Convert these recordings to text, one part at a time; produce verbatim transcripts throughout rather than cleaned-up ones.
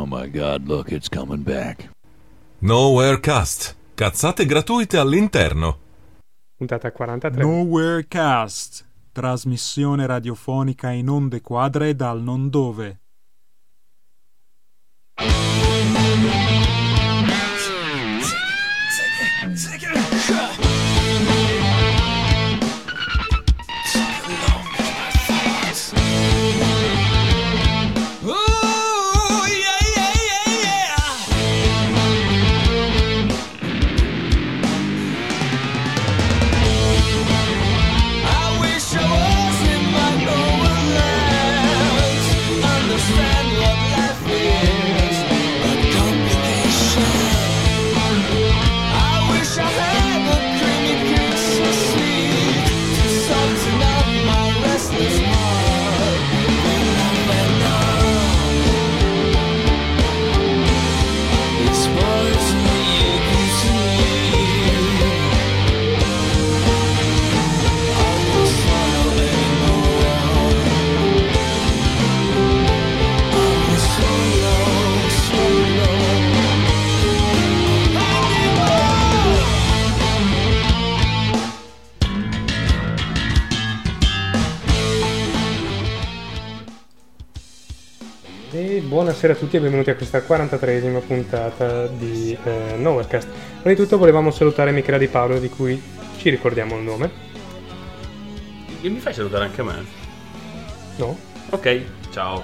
Oh my god, look, it's coming back. Nowherecast. Cazzate gratuite all'interno. Puntata quarantatré. Nowherecast. Trasmissione radiofonica in onde quadre dal non dove. Buonasera a tutti e benvenuti a questa quarantatreesima puntata di eh, Nowherecast. Prima di tutto volevamo salutare Michela Di Paolo, di cui ci ricordiamo il nome. E mi fai salutare anche a me? No? Ok, ciao.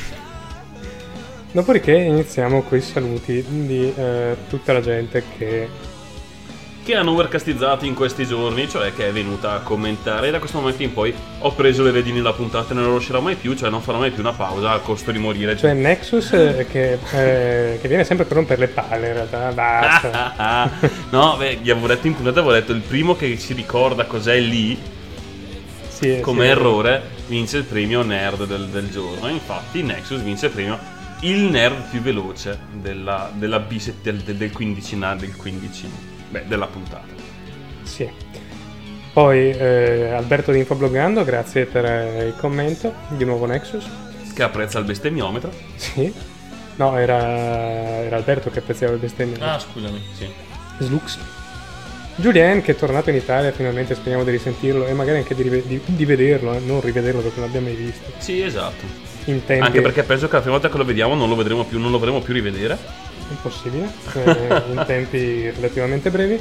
Dopodiché iniziamo con i saluti di eh, tutta la gente che... che hanno Nowherecastizzato in questi giorni, cioè che è venuta a commentare. E da questo momento in poi ho preso le redini della puntata e non lo uscirà mai più, cioè non farò mai più una pausa al costo di morire. Cioè Nexus eh, che, eh, che viene sempre per rompere le palle in realtà, basta. No, beh, gli avevo detto in puntata, avevo detto il primo che si ricorda cos'è lì, sì, come sì, errore, vince il premio nerd del, del giorno. E infatti Nexus vince il premio il nerd più veloce della, della biset, del, del, del quindicina, del quindici. Beh, della puntata. Sì. Poi eh, Alberto di Infobloggando, grazie per eh, il commento di nuovo Nexus. Che apprezza il bestemmiometro. Sì. No, era, era Alberto che apprezzava il bestemmiometro. Ah, scusami, sì. Slux. Julien che è tornato in Italia, finalmente speriamo di risentirlo e magari anche di, rive- di, di vederlo, eh, non rivederlo perché non l'abbiamo mai visto. Sì, esatto. In tempi... Anche perché penso che la prima volta che lo vediamo non lo vedremo più, non lo vedremo più rivedere. Impossibile, eh, in tempi relativamente brevi.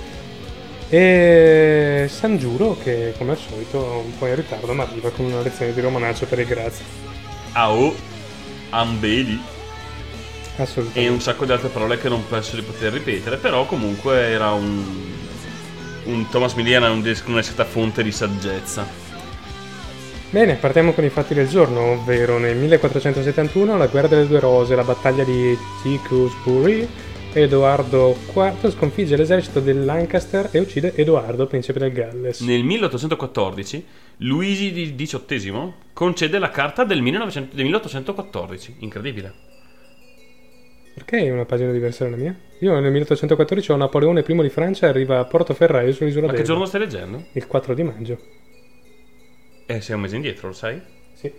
E San Giuro che come al solito un po' in ritardo ma arriva con una lezione di romanaccio per il grazie. Ao, ambeli Assolutamente. e un sacco di altre parole che non penso di poter ripetere, però comunque era un un Thomas Milian, un, una certa fonte di saggezza. Bene, partiamo con i fatti del giorno, ovvero nel millequattrocentosettantuno la guerra delle due rose, la battaglia di Tewkesbury. Edoardo quarto sconfigge l'esercito del Lancaster e uccide Edoardo, principe del Galles. Nel milleottocentoquattordici Luigi diciottesimo concede la carta del, millenovecento, del milleottocentoquattordici. Incredibile. Perché è una pagina diversa dalla mia? Io nel milleottocentoquattordici ho Napoleone I di Francia e arriva a Portoferraio sull'isola Ma d'Elba. che giorno stai leggendo? Il quattro di maggio. Eh, sei un mese indietro, lo sai? Sì.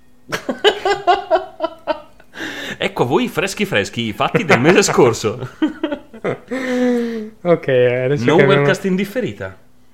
Ecco a voi freschi freschi i fatti del mese scorso. Ok, adesso Nowherecast in differita.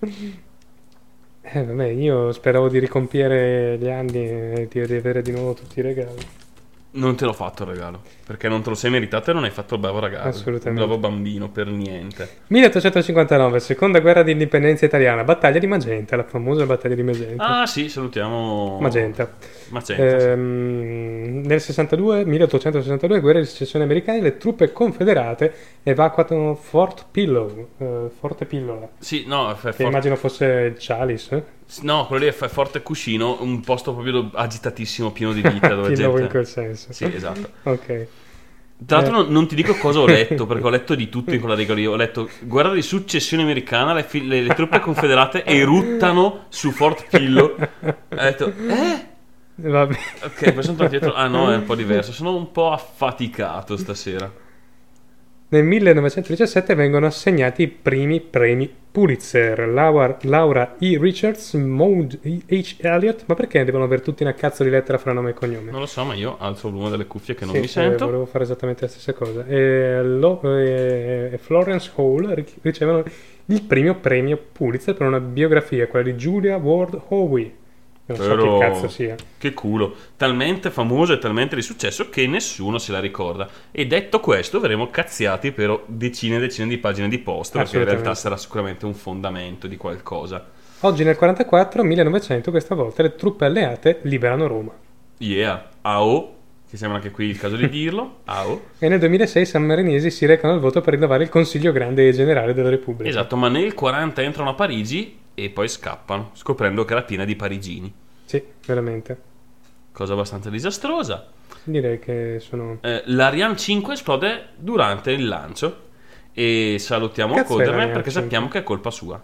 Eh vabbè, io speravo di ricompiere gli anni e di avere di nuovo tutti i regali. Non te l'ho fatto il regalo, perché non te lo sei meritato e non hai fatto il bravo ragazzo. Assolutamente. Il bravo bambino, per niente. milleottocentocinquantanove, seconda guerra di indipendenza italiana, battaglia di Magenta, la famosa battaglia di Magenta. Ah sì, salutiamo Magenta. Magenta. Ehm, nel sessantadue, milleottocentosessantadue, guerra di secessione americane, le truppe confederate evacuano Fort Pillow, eh, Forte Pillola, Sì, no, è che for- immagino fosse il Chalice, eh? no, quello lì è f- Forte Cuscino, un posto proprio agitatissimo, pieno di vita, dove Pillow gente... in quel senso. Sì, esatto. Ok. Tra l'altro Eh. non, non ti dico cosa ho letto, perché ho letto di tutto in quella riga lì. Ho letto guerra di successione americana, le, fi- le, le truppe confederate eruttano su Fort Pillow. Ho detto, eh? Vabbè. Ok, poi sono tornato dietro. Ah no, è un po' diverso. Sono un po' affaticato stasera. Nel millenovecentodiciassette vengono assegnati i primi premi Pulitzer. Laura, Laura E. Richards, Maud H. Elliott. Ma perché devono avere tutti una cazzo di lettera fra nome e cognome? Non lo so, ma io alzo il volume delle cuffie che non Sì, mi eh, sento. volevo fare esattamente la stessa cosa. E, lo, e Florence Hall ri- ricevono il primo premio Pulitzer per una biografia, quella di Julia Ward Howe. Non so Però- che cazzo sia. Che culo, talmente famosa e talmente di successo che nessuno se la ricorda. E detto questo, verremo cazziati per decine e decine di pagine di post, perché in Assolutamente. realtà sarà sicuramente un fondamento di qualcosa. Oggi nel quarantaquattro, millenovecento, questa volta le truppe alleate liberano Roma. Yeah, A O, che sembra anche qui il caso di dirlo, A O. E nel duemilasei i sammarinesi si recano al voto per rinnovare il Consiglio Grande e Generale della Repubblica. Esatto, ma nel quaranta entrano a Parigi e poi scappano, scoprendo che era piena di parigini. Sì, veramente. Cosa abbastanza disastrosa. Direi che sono... Eh, l'Ariane cinque esplode durante il lancio e salutiamo Cazzo è Coderman l'Ariane perché cinque? sappiamo che è colpa sua.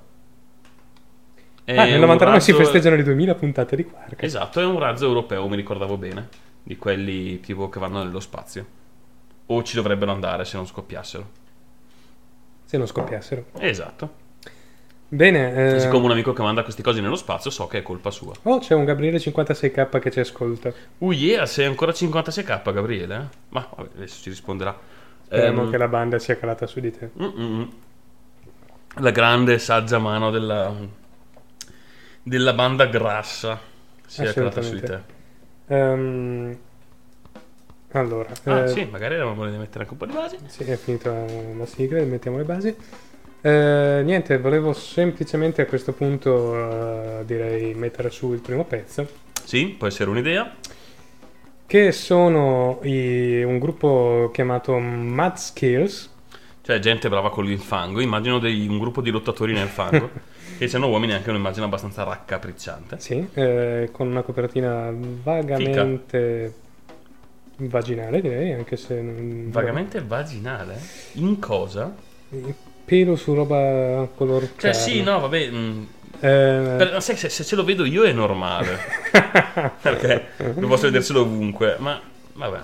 È Ah, nel un novantanove si razzo- festeggiano le duemila puntate di Quark. Esatto, è un razzo europeo, mi ricordavo bene, di quelli tipo che vanno nello spazio. O ci dovrebbero andare se non scoppiassero. Se non scoppiassero. Esatto. Bene. eh, Siccome un amico che manda queste cose nello spazio, so che è colpa sua. Oh, c'è un Gabriele cinquantasei K che ci ascolta. Uh, yeah, sei ancora cinquantasei K, Gabriele? eh? Ma vabbè, adesso ci risponderà. Speriamo Ehm, che la banda sia calata su di te. mm-mm. La grande e saggia mano della, della banda grassa si è calata su di te. Ehm, allora, Ah, eh, sì, magari eravamo volendo mettere anche un po' di base. sì, è finita la sigla, mettiamo le basi. Eh, niente, volevo semplicemente a questo punto eh, direi mettere su il primo pezzo, Sì, può essere un'idea. che sono i- un gruppo chiamato Mad Skills. Cioè, gente brava con il fango. Immagino dei- un gruppo di lottatori nel fango. Che siano uomini, anche un'immagine abbastanza raccapricciante. Sì, eh, con una copertina vagamente vaginale, direi, anche se non... Vagamente vaginale? In cosa? Pelo su roba color Cioè, carne. sì, no, vabbè. mh, Eh, per- sai, se, se ce lo vedo io è normale. Perché non posso vederselo ovunque. Ma, vabbè.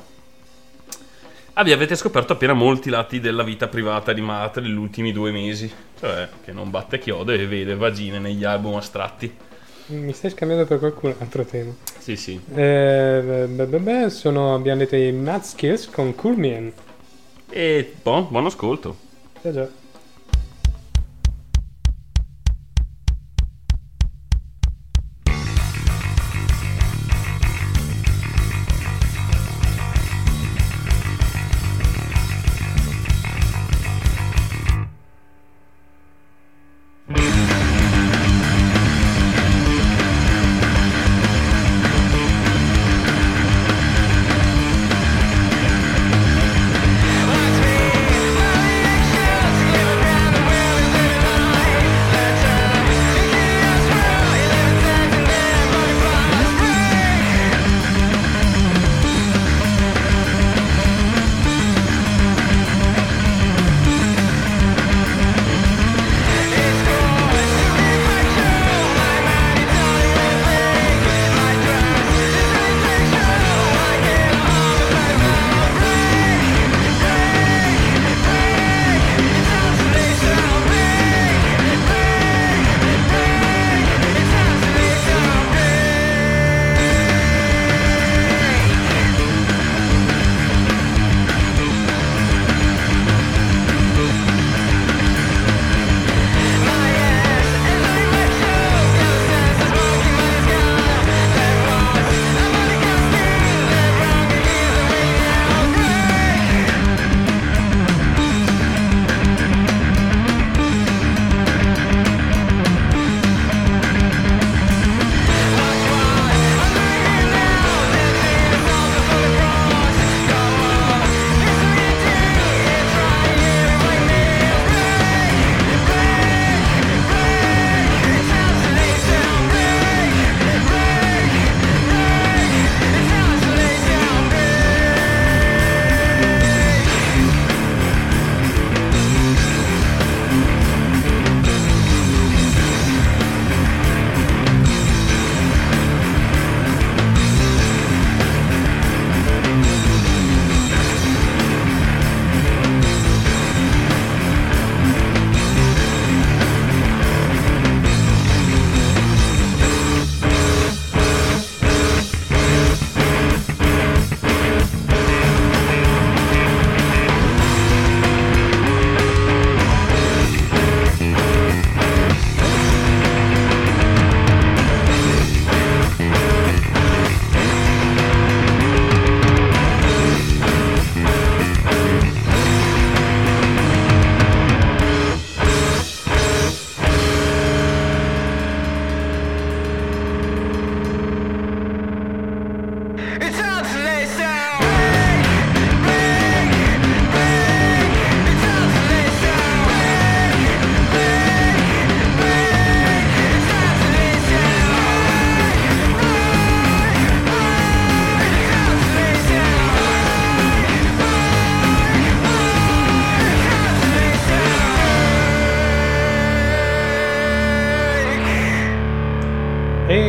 Ah, vi avete scoperto appena molti lati della vita privata di Matt negli ultimi due mesi. Cioè, che non batte chiodo e vede vagine negli album astratti. Mi stai scambiando per qualcun altro tema. Sì, sì. Eh, beh, beh, beh, sono, abbiamo detto i Mad Skills con Cool Man. E buon, buon ascolto. Già già. Watch me, my actions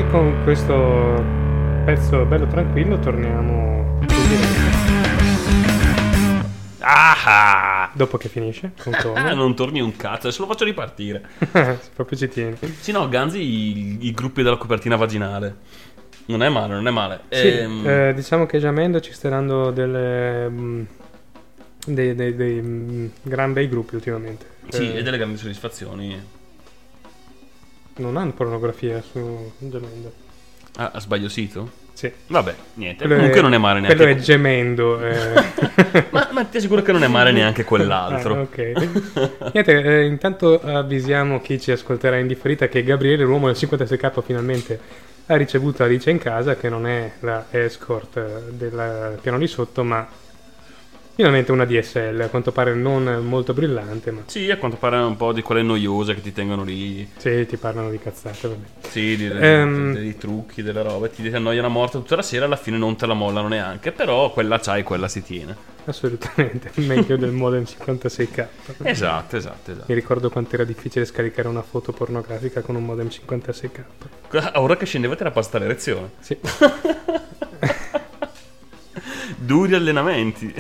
con questo pezzo bello tranquillo torniamo in diretta. Ah! Dopo che finisce con Ah, non torni un cazzo, adesso lo faccio ripartire. Proprio ci tieni. Sì, no, Ganzi i, i gruppi della copertina vaginale. Non è male, non è male. Sì, Ehm, eh, diciamo che Jamendo ci sta dando delle, mm, dei, dei, dei mm, gran bei gruppi ultimamente. sì, Eh, e delle grandi soddisfazioni. non hanno pornografia su Jamendo. Ah, sbaglio sito? Sì. Vabbè, niente. Quello Comunque è- non è male neanche. Quello è Gemendo. eh. ma, ma ti assicuro che non è male neanche quell'altro. Ah, ok. Niente, eh, intanto avvisiamo chi ci ascolterà in differita che Gabriele, l'uomo del cinquantasei K, finalmente ha ricevuto Alice in casa, che non è la escort eh, del piano di sotto, ma finalmente una D S L, a quanto pare non molto brillante, ma Sì, a quanto pare un po' di quelle noiose che ti tengono lì. sì, ti parlano di cazzate, vabbè. Sì, di, Ehm. dei trucchi, delle robe. Ti annoiano a morte tutta la sera, alla fine non te la mollano neanche. Però quella c'hai, quella si tiene. Assolutamente, meglio del modem cinquantasei K. Esatto, esatto, esatto. Mi ricordo quanto era difficile scaricare una foto pornografica con un modem cinquantasei K. Ora che scendeva ti era passata l'erezione. Sì. Duri allenamenti.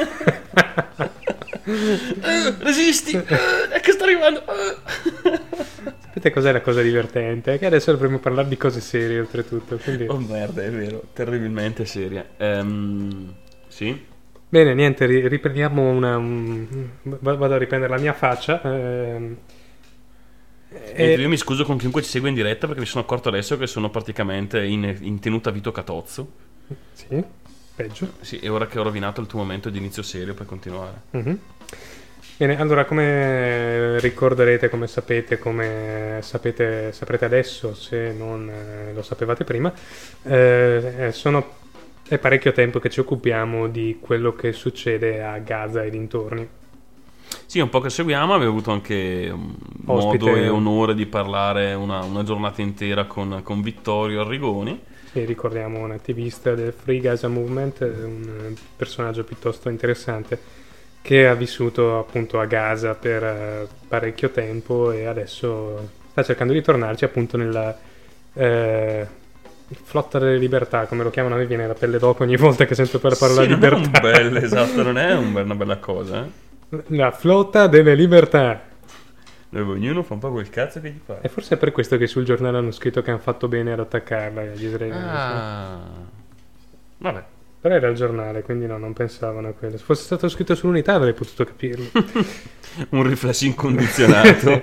Eh, resisti, eh, è che sta arrivando. eh. Sapete cos'è la cosa divertente? Che adesso dovremmo parlare di cose serie oltretutto, quindi... Oh merda, è vero, terribilmente seria. Ehm, sì? Bene, niente, ri- riprendiamo una... un- v- vado a riprendere la mia faccia. ehm, E e- io mi scuso con chiunque ci segue in diretta perché mi sono accorto adesso che sono praticamente in, in tenuta Vito Catozzo. Sì, peggio. Sì, e ora che ho rovinato il tuo momento di inizio serio puoi continuare. Mhm. Bene, allora come ricorderete, come sapete, come sapete, saprete adesso, se non eh, lo sapevate prima, eh, eh, sono, è parecchio tempo che ci occupiamo di quello che succede a Gaza e dintorni. Sì, un po' che seguiamo, abbiamo avuto anche um, Ospite. modo e onore di parlare una, una giornata intera con, con Vittorio Arrigoni. Sì, ricordiamo un attivista del Free Gaza Movement, un personaggio piuttosto interessante che ha vissuto appunto a Gaza per eh, parecchio tempo e adesso sta cercando di tornarci appunto nella eh, flotta delle libertà, come lo chiamano, a me viene la pelle d'oca ogni volta che sento per la parola Sì, non è un libertà. bel, esatto, non è un bel- una bella cosa, eh? La flotta delle libertà. Dove ognuno fa un po' quel cazzo che gli fa. E forse è per questo che sul giornale hanno scritto che hanno fatto bene ad attaccarla gli israeliani. Ah. Vabbè. Però era il giornale, quindi no, non pensavano a quello. Se fosse stato scritto sull'unità avrei potuto capirlo. Un riflesso incondizionato.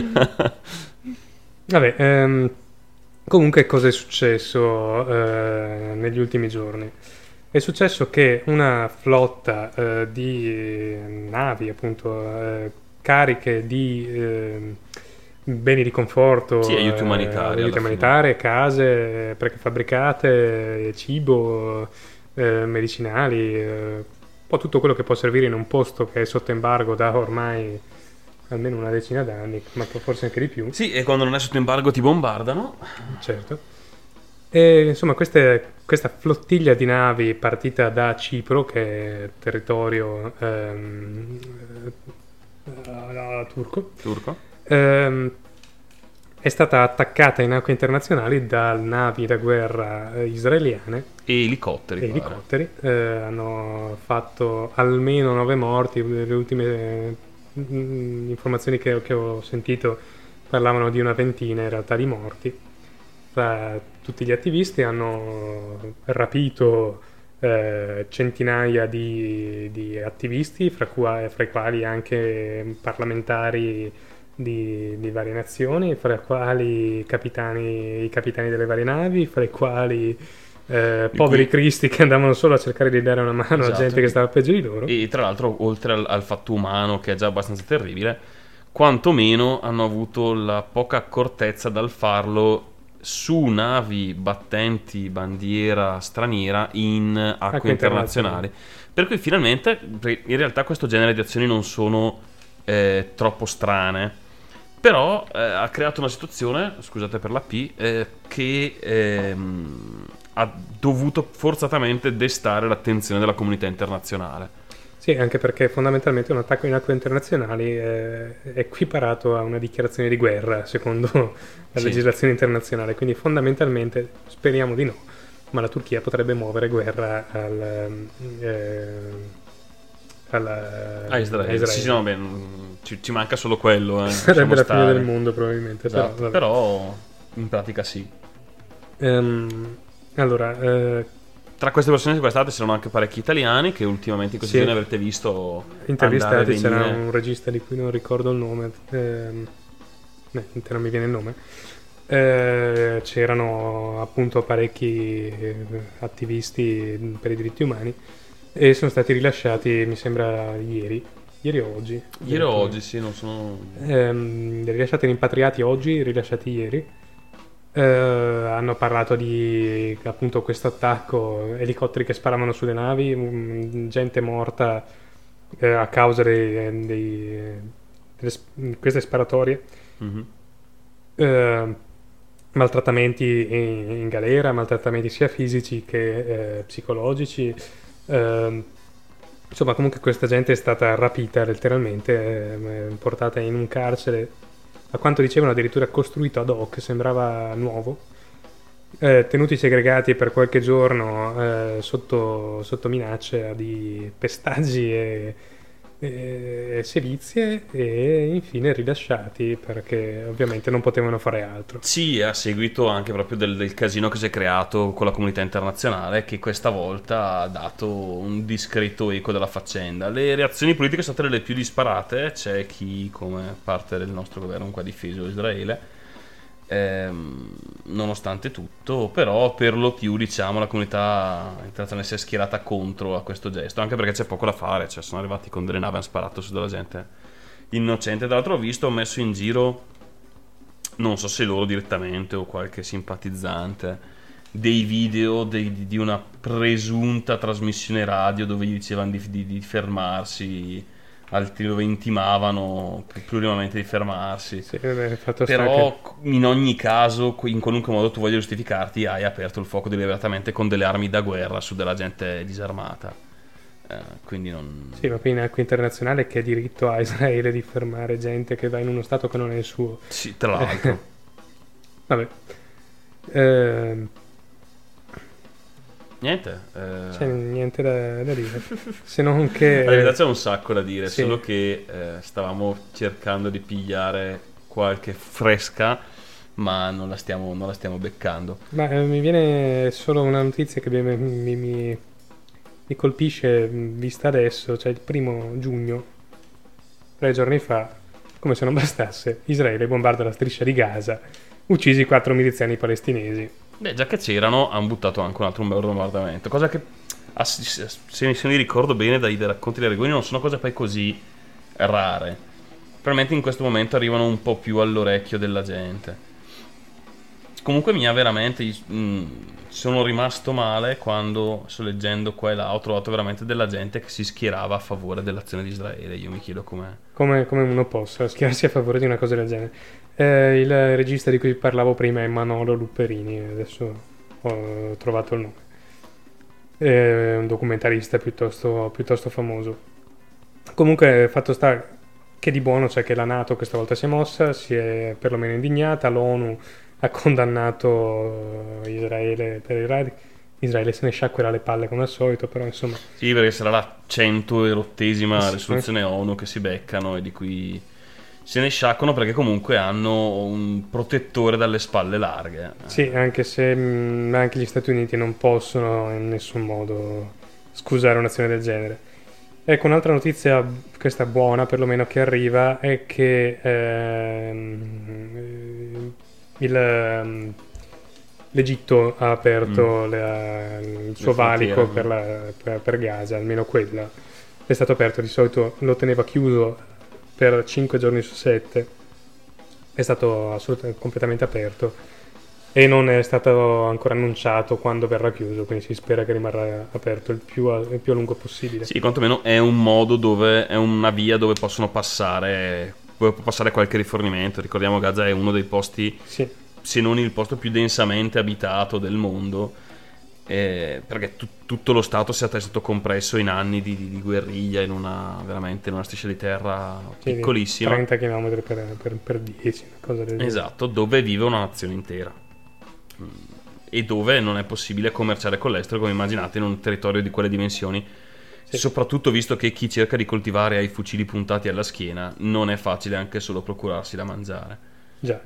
Vabbè, ehm, comunque cosa è successo eh, negli ultimi giorni? È successo che una flotta eh, di navi, appunto, eh, cariche di eh, beni di conforto, Sì, aiuti eh, umanitari, aiuti alla umanitari, case prefabbricate, cibo, eh, medicinali, eh, un po' tutto quello che può servire in un posto che è sotto embargo da ormai almeno una decina d'anni, ma forse anche di più. Sì, e quando non è sotto embargo ti bombardano. Certo. E insomma, queste- questa flottiglia di navi partita da Cipro, che è territorio ehm, eh, turco, Turco. ehm, è stata attaccata in acque internazionali da navi da guerra eh, israeliane E elicotteri. e pare. elicotteri. Eh, hanno fatto almeno nove morti. Le ultime mm, informazioni che, che ho sentito parlavano di una ventina in realtà di morti. Fra tutti gli attivisti hanno rapito eh, centinaia di, di attivisti, fra, cua- fra i quali anche parlamentari di, di varie nazioni, fra i quali capitani, i capitani delle varie navi, fra i quali eh, Di poveri cui- cristi che andavano solo a cercare di dare una mano a Esatto. gente che stava peggio di loro. E tra l'altro, oltre al, al fatto umano, che è già abbastanza terribile, quantomeno hanno avuto la poca accortezza dal farlo su navi battenti bandiera straniera in acque, Acque internazionali. internazionali. Per cui finalmente, perché in realtà questo genere di azioni non sono eh, troppo strane, però eh, ha creato una situazione, scusate per la P, eh, che ehm, ha dovuto forzatamente destare l'attenzione della comunità internazionale. Sì, Sì, anche perché fondamentalmente un attacco in acque internazionali è equiparato a una dichiarazione di guerra, secondo la Sì. legislazione internazionale, quindi fondamentalmente speriamo di no, ma la Turchia potrebbe muovere guerra al, eh, alla- A Israele. a Israele. Sì, sì, no, beh, mm, ci, ci manca solo quello. Eh. Sarebbe lasciamo la fine stare. del mondo probabilmente. Esatto, Però, vabbè. però in pratica sì. Ehm, allora, eh, Tra queste persone sequestrate c'erano anche parecchi italiani che ultimamente in questi Sì. giorni avrete visto intervistati andare e c'era venire. un regista di cui non ricordo il nome, ehm, eh, non mi viene il nome. Eh, c'erano appunto parecchi eh, attivisti per i diritti umani e sono stati rilasciati, mi sembra ieri, ieri o oggi. Ieri o oggi, sì, non sono... Ehm, rilasciati rimpatriati oggi, rilasciati ieri. Eh, hanno parlato di appunto questo attacco, elicotteri che sparavano sulle navi, mh, gente morta eh, a causa dei, dei- delle sp- queste sparatorie, Mhm. eh, maltrattamenti in, in galera, maltrattamenti sia fisici che eh, psicologici. eh, insomma, comunque questa gente è stata rapita letteralmente, eh, portata in un carcere, a quanto dicevano addirittura costruito ad hoc, sembrava nuovo, eh, tenuti segregati per qualche giorno eh, sotto, sotto minaccia di pestaggi e, e- e sevizie, e infine rilasciati perché ovviamente non potevano fare altro. Sì, a seguito anche proprio del, del casino che si è creato con la comunità internazionale, che questa volta ha dato un discreto eco della faccenda. Le reazioni politiche sono state le più disparate. C'è chi, come parte del nostro governo, ha difeso Israele, ehm, nonostante tutto, però per lo più, diciamo, la comunità internazionale si è schierata contro a questo gesto, anche perché c'è poco da fare, cioè sono arrivati con delle navi e hanno sparato su della gente innocente. Tra l'altro ho visto, ho messo in giro, non so se loro direttamente o qualche simpatizzante, dei video dei- di, di una presunta trasmissione radio dove gli dicevano di, di- di fermarsi, altri dove intimavano plurimalmente di fermarsi. Sì, eh, fatto sta Però in ogni caso, in qualunque modo tu voglia giustificarti, hai aperto il fuoco deliberatamente con delle armi da guerra su della gente disarmata. Eh, quindi non... che, sì, ma qui in acqua internazionale che ha diritto a Israele di fermare gente che va in uno stato che non è il suo. Sì, tra l'altro. Vabbè. Ehm, Niente. eh, c'è niente da, da dire, se non che La verità c'è un sacco da dire, Sì. solo che eh, stavamo cercando di pigliare qualche fresca, ma non la stiamo, non la stiamo beccando. ma eh, mi viene solo una notizia che mi, mi- mi- mi colpisce mh, vista adesso, cioè il primo giugno, tre giorni fa, come se non bastasse, Israele bombarda la striscia di Gaza, uccisi quattro miliziani palestinesi. Beh, già che c'erano, hanno buttato anche un altro bombardamento, cosa che, ah, se, se- se mi ricordo bene dai, dai racconti dei Regoni, non sono cose poi così rare. Probabilmente in questo momento arrivano un po' più all'orecchio della gente. Comunque mi ha veramente... mh, sono rimasto male quando, sto leggendo qua e là, ho trovato veramente della gente che si schierava a favore dell'azione di Israele. Io mi chiedo com'è. Come, come uno possa schierarsi a favore di una cosa del genere. Eh, il regista di cui parlavo prima è Manolo Luperini, adesso ho trovato il nome. È un documentarista piuttosto, piuttosto famoso. Comunque, fatto sta che di buono c'è che la NATO questa volta si è mossa, si è perlomeno indignata, l'ONU ha condannato Israele per i raid. Israele se ne sciacquerà le palle come al solito, però insomma... Sì, perché sarà la centoerottesima Sì. risoluzione ONU che si beccano e di cui se ne sciacquano perché comunque hanno un protettore dalle spalle larghe. Sì, anche se mh, anche gli Stati Uniti non possono in nessun modo scusare un'azione del genere. Ecco, un'altra notizia, questa buona perlomeno, che arriva è che ehm, il, ehm, l'Egitto ha aperto la- il suo Le frontiere, valico no? per, la- per- per Gaza, almeno quella è stato aperto. Di solito lo teneva chiuso per cinque giorni su sette, è stato assolutamente completamente aperto e non è stato ancora annunciato quando verrà chiuso, quindi si spera che rimarrà aperto il più a, il più a lungo possibile. Sì, quantomeno è un modo dove è una via dove possono passare dove può passare qualche rifornimento. Ricordiamo, Gaza è uno dei posti, Sì, se non il posto più densamente abitato del mondo, eh, perché tu, tutto lo Stato sia stato compresso in anni di, di, di guerriglia in una veramente in una striscia di terra Sì, piccolissima, trenta chilometri per, per, per dieci, una cosa del genere. esatto, dove vive una nazione intera e dove non è possibile commerciare con l'estero, come immaginate, in un territorio di quelle dimensioni. Sì. Soprattutto visto che chi cerca di coltivare ha i fucili puntati alla schiena, non è facile anche solo procurarsi da mangiare. Già,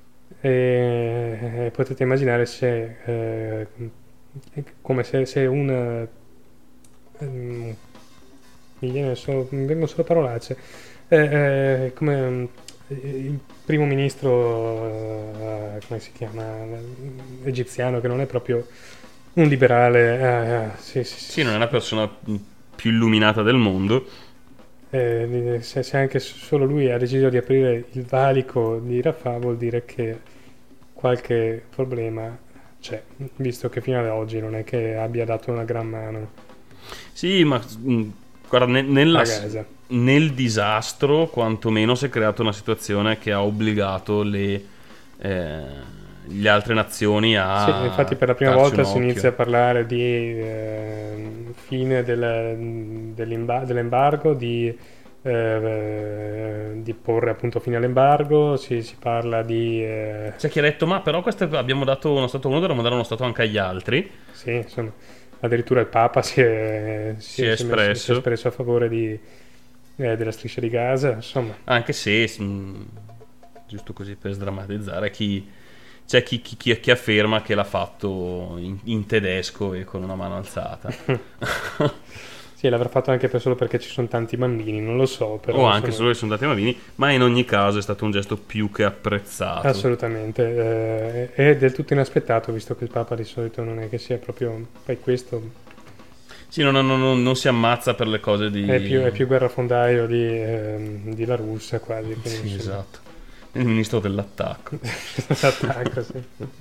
e potete immaginare se eh, come se, se un eh, mi viene solo, mi vengono solo parolacce, eh, eh, come il primo ministro eh, come si chiama, egiziano, che non è proprio un liberale, eh, sì, sì, sì, non è la persona più illuminata del mondo. Eh, se, se anche solo lui ha deciso di aprire il valico di Rafah, vuol dire che qualche problema c'è, visto che fino ad oggi non è che abbia dato una gran mano. Sì, ma guarda, ne, nella, nel disastro quantomeno si è creata una situazione che ha obbligato le, eh, le altre nazioni a... Sì, infatti per la prima volta si inizia a parlare di eh, fine del, dell'embargo, di, eh, di porre appunto fine all'embargo, si, si parla di... Eh... C'è chi ha detto, ma però questo abbiamo dato uno stato uno, dovremmo dare uno stato anche agli altri. Sì, insomma, addirittura il Papa si è, si, si è, si espresso. Messo, si è espresso a favore di, eh, della striscia di Gaza, insomma. Anche se, mh, giusto così per sdrammatizzare, chi... c'è chi, chi, chi afferma che l'ha fatto in, in tedesco e con una mano alzata. Sì, l'avrà fatto anche per solo perché ci sono tanti bambini, non lo so. Però, o insomma, anche solo che sono tanti bambini, ma in ogni caso è stato un gesto più che apprezzato. Assolutamente, eh, è del tutto inaspettato, visto che il Papa di solito non è che sia proprio... Poi questo... Sì, non, non, non, non si ammazza per le cose di... È più, è più guerrafondaio di, eh, di La Russa, quasi. Sì, esatto. Il ministro dell'attacco. L'attacco, sì.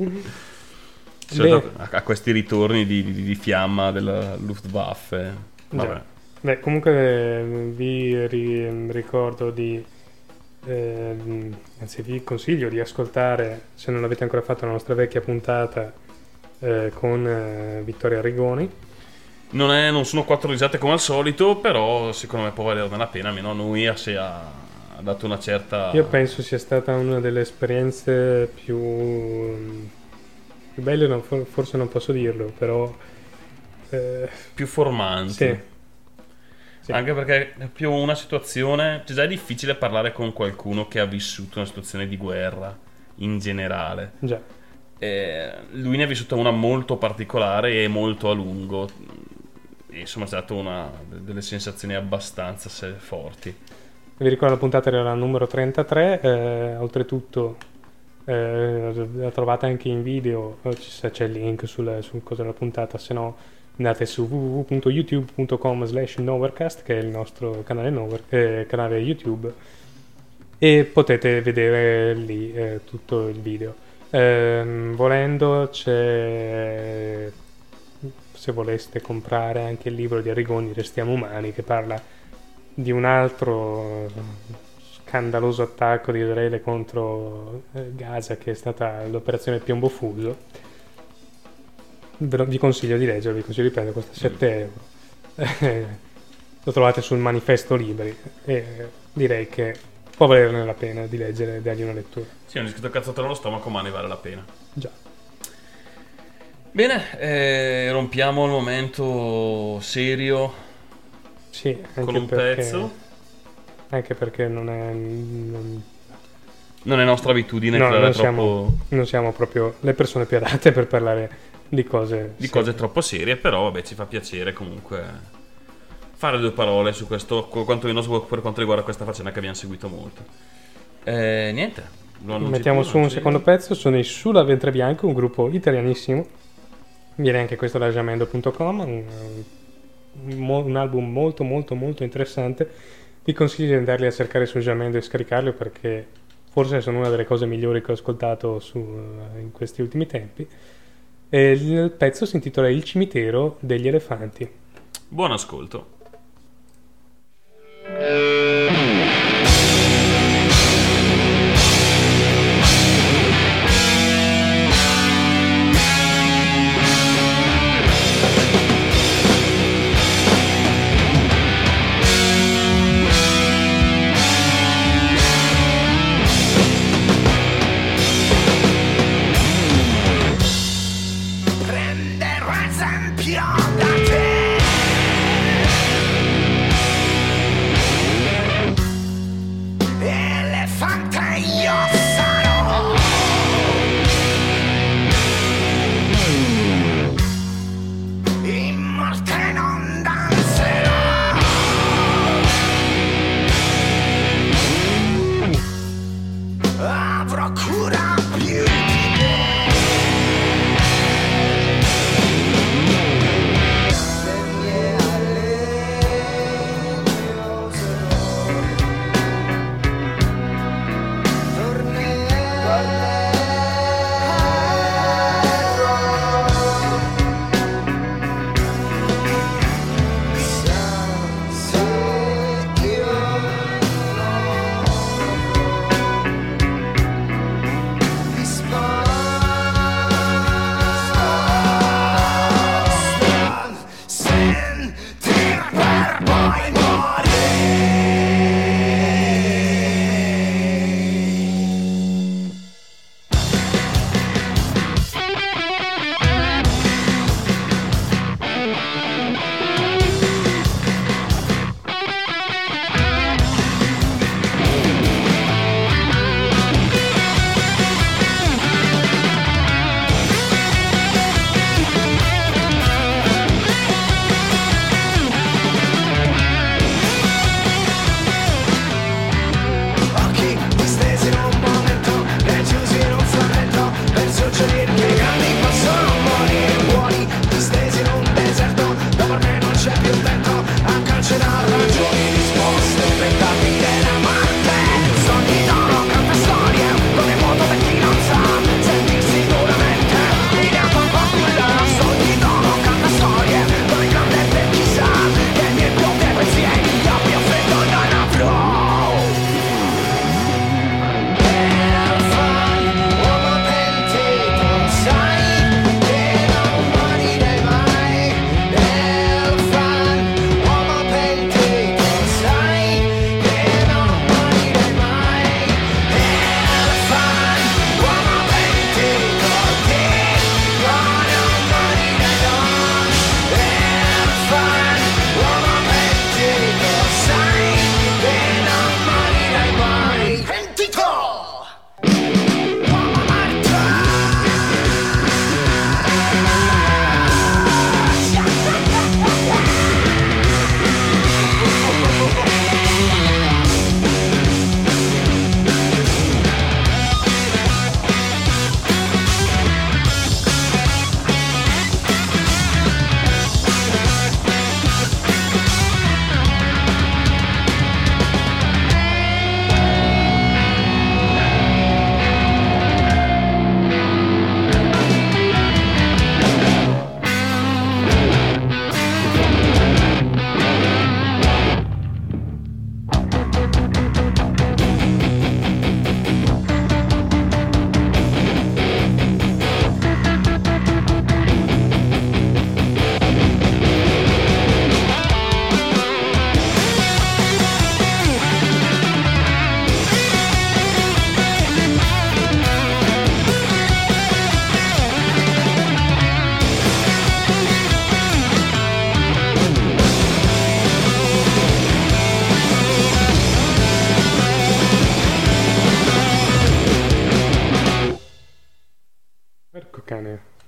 A, a questi ritorni di, di, di fiamma della Luftwaffe. Vabbè. Beh, comunque vi ri- ricordo di eh, anzi vi consiglio di ascoltare, se non l'avete ancora fatto, la nostra vecchia puntata eh, con eh, Vittorio Arrigoni. Non, è, non sono quattro risate come al solito, però secondo me può valerne la pena, almeno a noi se ha, ha dato una certa... Io penso sia stata una delle esperienze più, più belle, no, forse non posso dirlo, però... Eh, più formanti. Sì. Sì. Anche perché è più una situazione... Cioè già è difficile parlare con qualcuno che ha vissuto una situazione di guerra in generale. Già. Eh, lui ne ha vissuta una molto particolare e molto a lungo. E insomma è stata una delle sensazioni abbastanza forti. Vi ricordo la puntata era la numero trentatré, eh, oltretutto eh, la trovate anche in video, c'è, c'è il link sul, sul cosa della puntata, se no andate su w w w punto youtube punto com slash nowherecast, che è il nostro canale, Nowhere, eh, canale YouTube, e potete vedere lì eh, tutto il video. Eh, volendo c'è, se voleste comprare anche il libro di Arrigoni, Restiamo Umani, che parla di un altro scandaloso attacco di Israele contro eh, Gaza, che è stata l'operazione Piombo Fuso. Vi consiglio di leggerlo, vi consiglio di prendere, costa sette euro. Lo trovate sul Manifesto Libri e direi che può valerne la pena di leggere e dargli una lettura. Sì, hanno scritto cazzato nello stomaco, ma ne vale la pena. Già. Bene, eh, rompiamo il momento serio. Sì, anche con un perché, pezzo. Anche perché non è... Non, non è nostra abitudine no, non troppo... siamo, non siamo proprio le persone più adatte per parlare di cose di serie. cose troppo serie, però vabbè, ci fa piacere comunque fare due parole su questo, quantomeno per quanto riguarda questa faccenda che abbiamo seguito molto. Eh, niente, lo mettiamo tu, su un ci... secondo pezzo. Sono i Sulla Ventre Bianco, un gruppo italianissimo, viene anche questo da jamendo punto com, un, un album molto molto molto interessante. Vi consiglio di andarli a cercare su Jamendo e scaricarlo, perché forse sono una delle cose migliori che ho ascoltato su, in questi ultimi tempi. E il pezzo si intitola Il cimitero degli elefanti. Buon ascolto.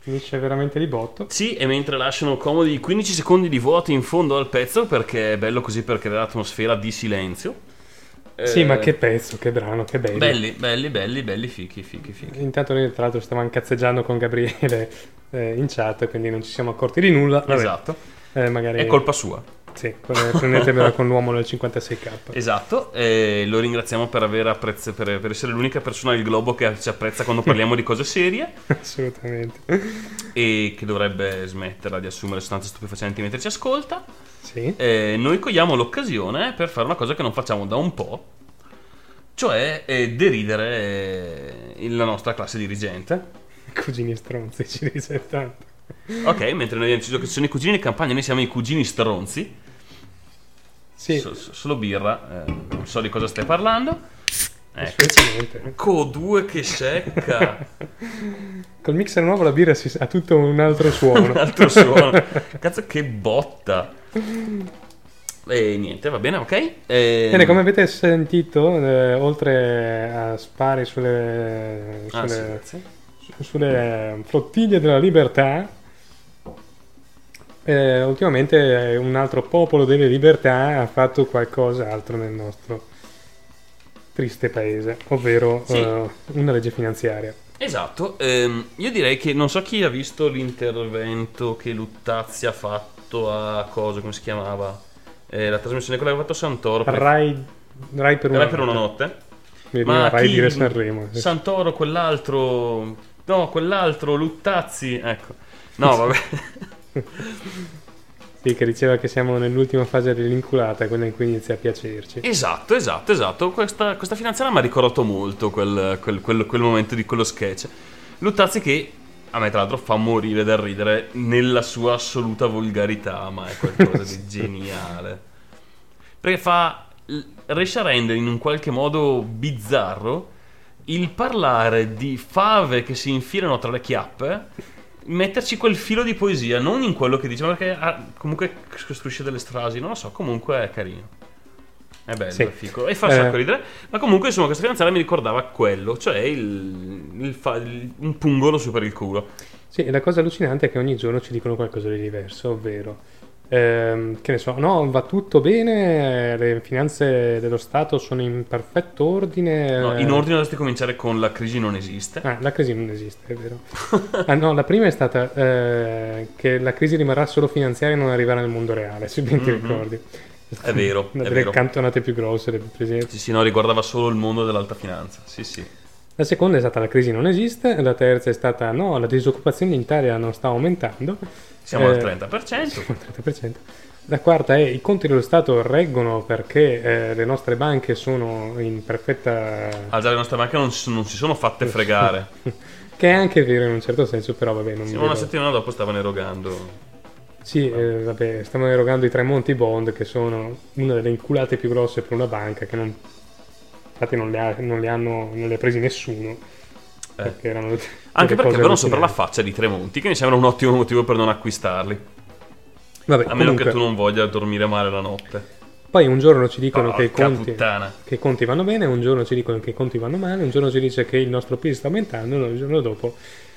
Finisce veramente di botto. Sì, e mentre lasciano comodi quindici secondi di vuoto in fondo al pezzo, perché è bello così per creare l'atmosfera di silenzio. Sì, Eh, ma che pezzo, che brano, che bello. Belli, belli, belli, belli, fichi, fichi, fichi. Intanto noi tra l'altro stavamo cazzeggiando con Gabriele eh, in chat, quindi non ci siamo accorti di nulla. Vabbè, Esatto. eh, magari... È colpa sua. Sì, prendetevela con l'uomo del cinquantasei K. Esatto, e lo ringraziamo per aver apprezz- per, per essere l'unica persona del globo che ci apprezza quando parliamo di cose serie Assolutamente. e che dovrebbe smetterla di assumere sostanze stupefacenti mentre ci ascolta. Sì. Eh, noi cogliamo l'occasione per fare una cosa che non facciamo da un po', cioè eh, deridere eh, la nostra classe dirigente. Cugini stronzi, ci dice tanto. Ok, mentre noi abbiamo deciso che ci sono i cugini di campagna, noi siamo i cugini stronzi. Sì, So- so- solo birra, eh, non so di cosa stai parlando. Ecco. assolutamente. Co due che secca. Col mixer nuovo la birra si... ha tutto un altro suono. Un altro suono. Cazzo che botta. E niente, va bene, ok. E... Bene, come avete sentito, eh, oltre a spari sulle, Ah, sulle, sì, sì. sulle flottiglie della libertà, eh, ultimamente un altro popolo delle libertà ha fatto qualcos'altro nel nostro triste paese, ovvero Sì. eh, una legge finanziaria. Esatto, ehm, io direi che non so chi ha visto l'intervento che Luttazzi ha fatto a cosa, come si chiamava? Eh, la trasmissione quella che ha fatto Santoro. Rai, Rai per una, Rai per una notte. Mi veniva Rai chi- dire Sanremo. sì. Santoro, quell'altro. No, quell'altro, Luttazzi. Ecco. No, vabbè. Sì, che diceva che siamo nell'ultima fase dell'inculata, quella in cui inizia a piacerci. Esatto, esatto, esatto. Questa, questa finanziaria mi ha ricordato molto quel, quel, quel, quel momento di quello sketch. Luttazzi che a me tra l'altro fa morire dal ridere nella sua assoluta volgarità, ma è qualcosa di geniale. Perché fa riesce a rendere in un qualche modo bizzarro il parlare di fave che si infilano tra le chiappe, metterci quel filo di poesia, non in quello che dice, ma perché ah, comunque costruisce delle strasi, non lo so, comunque è carino. È bello, Sì. è fico. E fa un sacco Eh. ridere. Ma comunque, insomma, questa finanziaria mi ricordava quello, cioè il, il fa- il- un pungolo su per il culo. Sì, e la cosa allucinante è che ogni giorno ci dicono qualcosa di diverso, ovvero, ehm, che ne so, no, va tutto bene, le finanze dello Stato sono in perfetto ordine. No, eh, in ordine dovresti cominciare con la crisi non esiste. Ah, la crisi non esiste, è vero. Ah, no, la prima è stata eh, che la crisi rimarrà solo finanziaria e non arriverà nel mondo reale, se ben ti Mhm. ricordi. È vero, Una è delle vero. cantonate più grosse del presidente. Sì, sì, no, riguardava solo il mondo dell'alta finanza. Sì, sì. La seconda è stata la crisi non esiste, la terza è stata no, la disoccupazione in Italia non sta aumentando. Siamo Eh, al trenta per cento. Siamo al trenta per cento. La quarta è i conti dello Stato reggono perché eh, le nostre banche sono in perfetta... Ah, già, le nostre banche non, si- non si sono fatte fregare. Che è anche vero in un certo senso, però vabbè, non Sì, mi ma una vedo- settimana dopo stavano erogando. Sì, eh, vabbè, stavano erogando i Tremonti Bond, che sono una delle inculate più grosse per una banca, che non... infatti non le, ha, non le hanno non le ha presi nessuno. Perché erano delle Anche perché cose avevano sopra la allucinanti. faccia di Tremonti, che mi sembra un ottimo motivo per non acquistarli. Vabbè, A meno comunque, che tu non voglia dormire male la notte. poi un giorno ci dicono che i, Porca conti, puttana. che i conti vanno bene, un giorno ci dicono che i conti vanno male, un giorno ci dice che il nostro P I L sta aumentando, e il giorno dopo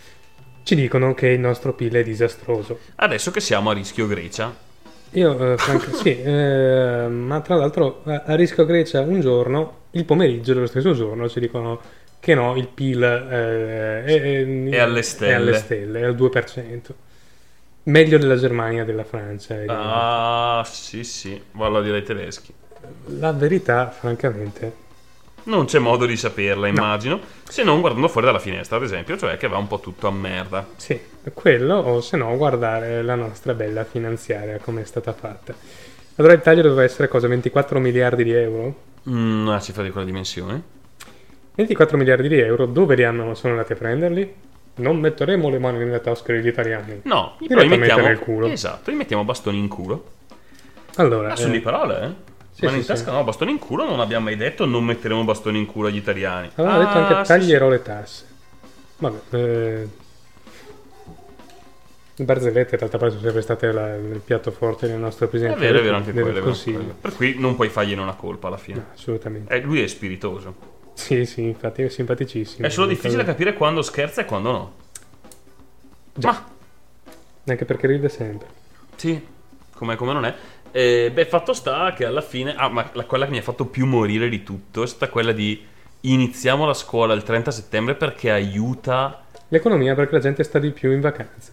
ci dicono che il nostro P I L è disastroso. Adesso che siamo a rischio Grecia. Io, eh, franco, sì, eh, ma tra l'altro a, a rischio Grecia un giorno, il pomeriggio dello stesso giorno ci dicono che no, il P I L eh, è, è- È alle stelle. è alle stelle, è al due per cento. Meglio della Germania e della Francia. e di- Ah, sì, sì, vado a dire ai tedeschi. La verità, francamente, Non c'è modo di saperla, immagino, se non guardando fuori dalla finestra, ad esempio, cioè che va un po' tutto a merda. sì, quello o se no guardare la nostra bella finanziaria come è stata fatta. Allora il taglio doveva essere cosa? ventiquattro miliardi di euro? Mm, una cifra di quella dimensione? ventiquattro miliardi di euro, dove li hanno, sono andati a prenderli? Non metteremo le mani nelle tasche degli italiani. No, gli Direttamente mettiamo nel culo. Esatto, gli mettiamo bastoni in culo. Allora, Ah, sono eh, di parole, eh? sì, Mani sì, in tasca, sì. no, bastoni in culo non abbiamo mai detto non metteremo bastoni in culo agli italiani. aveva Ah, detto anche sì, taglierò le tasse. Vabbè, eh, le barzellette in realtà poi sono sempre state la- il piatto forte del nostro sì. È presidente vero, è del, vero anche del quello, è vero, Consiglio. quello. Per cui non puoi fargliene una colpa alla fine. No, assolutamente. Eh, lui è spiritoso. Sì, sì, infatti è simpaticissimo. È solo difficile capire quando scherza e quando no. Già. Ma Anche perché ride sempre. sì, come come non è. Eh, beh, fatto sta che alla fine... Ah, ma la, quella che mi ha fatto più morire di tutto è stata quella di iniziamo la scuola il trenta settembre perché aiuta... L'economia perché la gente sta di più in vacanza.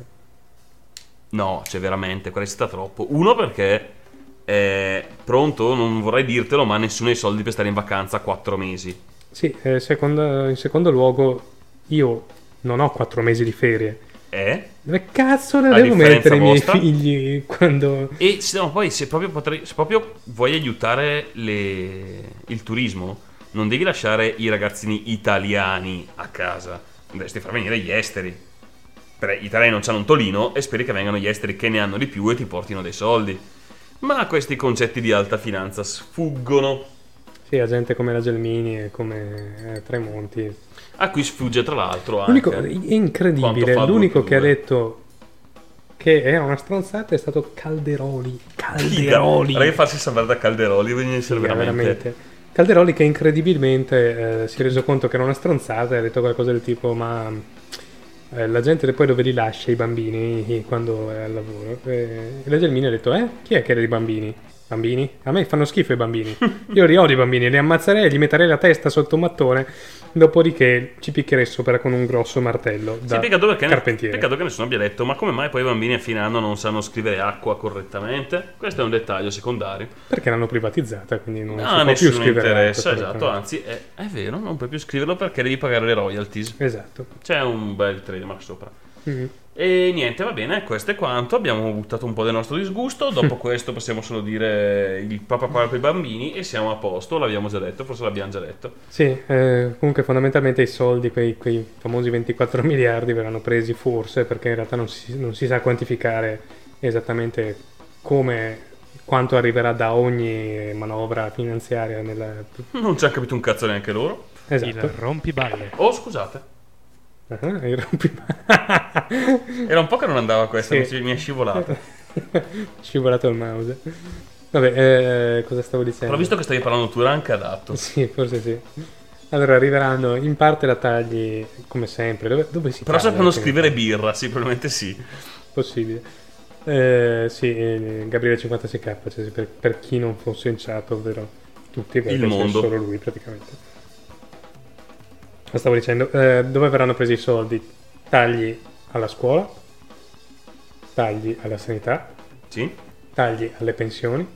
No, cioè veramente, quella è stata troppo. Uno perché... Eh, pronto, non vorrei dirtelo, ma nessuno ha i soldi per stare in vacanza quattro mesi. Sì, eh, secondo- in secondo luogo io non ho quattro mesi di ferie. Eh? Dove cazzo ne A devo differenza mettere i miei vostra? figli quando... E se, no, poi se proprio, potrei, se proprio vuoi aiutare le- il turismo, non devi lasciare i ragazzini italiani a casa, dovresti far venire gli esteri. Perché gli italiani non hanno un tolino e speri che vengano gli esteri che ne hanno di più e ti portino dei soldi. Ma questi concetti di alta finanza sfuggono. Sì, a gente come la Gelmini e come eh, Tremonti. A cui sfugge tra l'altro anche L'unico, è quanto incredibile, fa l'unico due che ha più due. detto che era una stronzata è stato Calderoli. Calderoli! Vorrei farsi salvare da Calderoli, venire Sì, veramente. veramente. Calderoli che incredibilmente eh, si è reso conto che era una stronzata e ha detto qualcosa del tipo ma eh, la gente poi dove li lascia i bambini quando è al lavoro? E la Gelmini ha detto eh? Chi è che ha dei bambini? Bambini? A me fanno schifo i bambini. Io li odio i bambini, li ammazzerei, gli metterei la testa sotto un mattone, dopodiché ci picchierei sopra con un grosso martello da Sì, peccato, perché, carpentiere. peccato che nessuno abbia detto ma come mai poi i bambini a fine anno non sanno scrivere acqua correttamente? Questo è un dettaglio secondario. Perché l'hanno privatizzata, quindi non No, si a può più nessuno scrivere interessa, acqua, esatto, anzi è, è vero, non puoi più scriverlo perché devi pagare le royalties. Esatto. C'è un bel trademark sopra. Mhm. E niente, va bene, questo è quanto. Abbiamo buttato un po' del nostro disgusto. Dopo questo possiamo solo dire il papà per i bambini e siamo a posto. L'abbiamo già detto, forse l'abbiamo già detto. Sì, eh, comunque fondamentalmente i soldi, quei, quei famosi ventiquattro miliardi verranno presi forse perché in realtà non si, non si sa quantificare esattamente come, quanto arriverà da ogni manovra finanziaria nella... Non ci hanno capito un cazzo neanche loro. Esatto. Il rompiballe. Oh, scusate. Ah, il rompi- Era un po' che non andava questa, Sì. mi, si- mi è scivolato. Scivolato il mouse. Vabbè, eh, cosa stavo dicendo? Però visto che stavi parlando tu era anche adatto. Sì, forse sì. Allora arriveranno in parte da tagli, come sempre. Dove, dove si Però taglia? sapranno Che- scrivere birra, sì, probabilmente sì. Possibile. Eh, sì, eh, Gabriele cinquantasei K, cioè, per, per chi non fosse in chat, ovvero tutti, perché Il c'è mondo. solo lui praticamente. Lo stavo dicendo, eh, dove verranno presi i soldi? Tagli alla scuola, tagli alla sanità, Sì. tagli alle pensioni.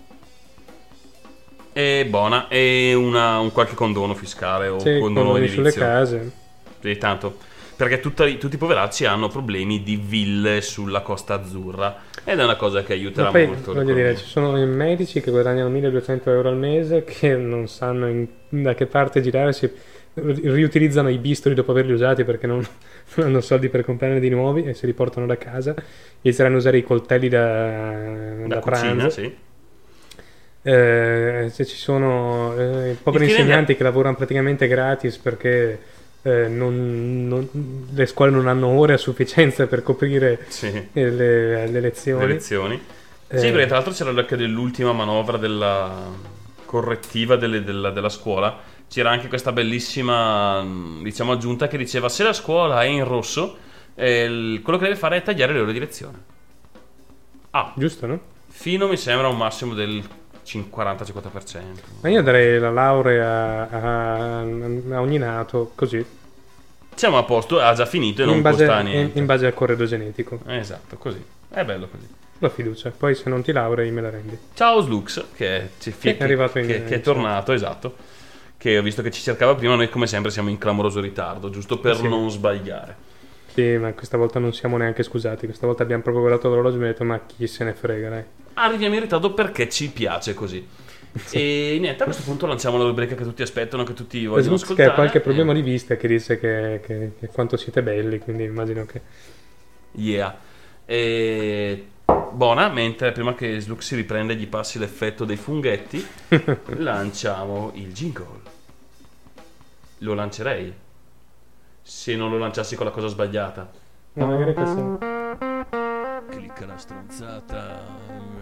E buona, e una, un qualche condono fiscale o Sì, condono condoni sulle edilizio. case. Sì, tanto. Perché tutta- tutti i poveracci hanno problemi di ville sulla Costa Azzurra ed è una cosa che aiuterà Ma poi, molto. voglio dire, ci sono i medici che guadagnano milleduecento euro al mese che non sanno in- da che parte girarsi, riutilizzano i bisturi dopo averli usati perché non, non hanno soldi per comprarne di nuovi e se li portano da casa. Inizieranno a usare i coltelli da, da da cucina, pranzo. sì. Eh, se ci sono eh, i poveri Il che insegnanti rende- che lavorano praticamente gratis perché eh, non- non- le scuole non hanno ore a sufficienza per coprire Sì. eh, le, le Le lezioni. lezioni. Eh, Sì, perché tra l'altro c'era anche dell'ultima manovra della correttiva delle- della, della scuola. C'era anche questa bellissima, mh, diciamo, aggiunta che diceva se la scuola è in rosso, eh, il- quello che deve fare è tagliare le ore di lezione. Ah, Giusto, no? fino mi sembra un massimo del quaranta cinquanta per cento. Ma io darei la laurea a, a ogni nato, così, Siamo a posto, ha già finito e non in base, costa in, niente. in base al corredo genetico. Esatto, così. È bello così. La fiducia. Poi se non ti laurei me la rendi. Ciao Slux, che, ci- Che è arrivato in- che- che è in tornato, esatto. Che ho visto che ci cercava prima, noi come sempre siamo in clamoroso ritardo, giusto per Sì. non sbagliare. Sì, ma questa volta non siamo neanche scusati. Questa volta abbiamo proprio guardato l'orologio e mi ha detto ma chi se ne frega, dai. Arriviamo in ritardo perché ci piace così. E niente, a questo punto lanciamo la rubrica che tutti aspettano, che tutti vogliono Slux che ascoltare. ha qualche problema Eh, di vista che dice che, che- che quanto siete belli, quindi immagino che... Yeah. E... Buona, mentre prima che Slux si riprende e gli passi l'effetto dei funghetti, lanciamo il jingle. Lo lancerei. Se non lo lanciassi con la cosa sbagliata. No, magari questo... Clicca la stronzata.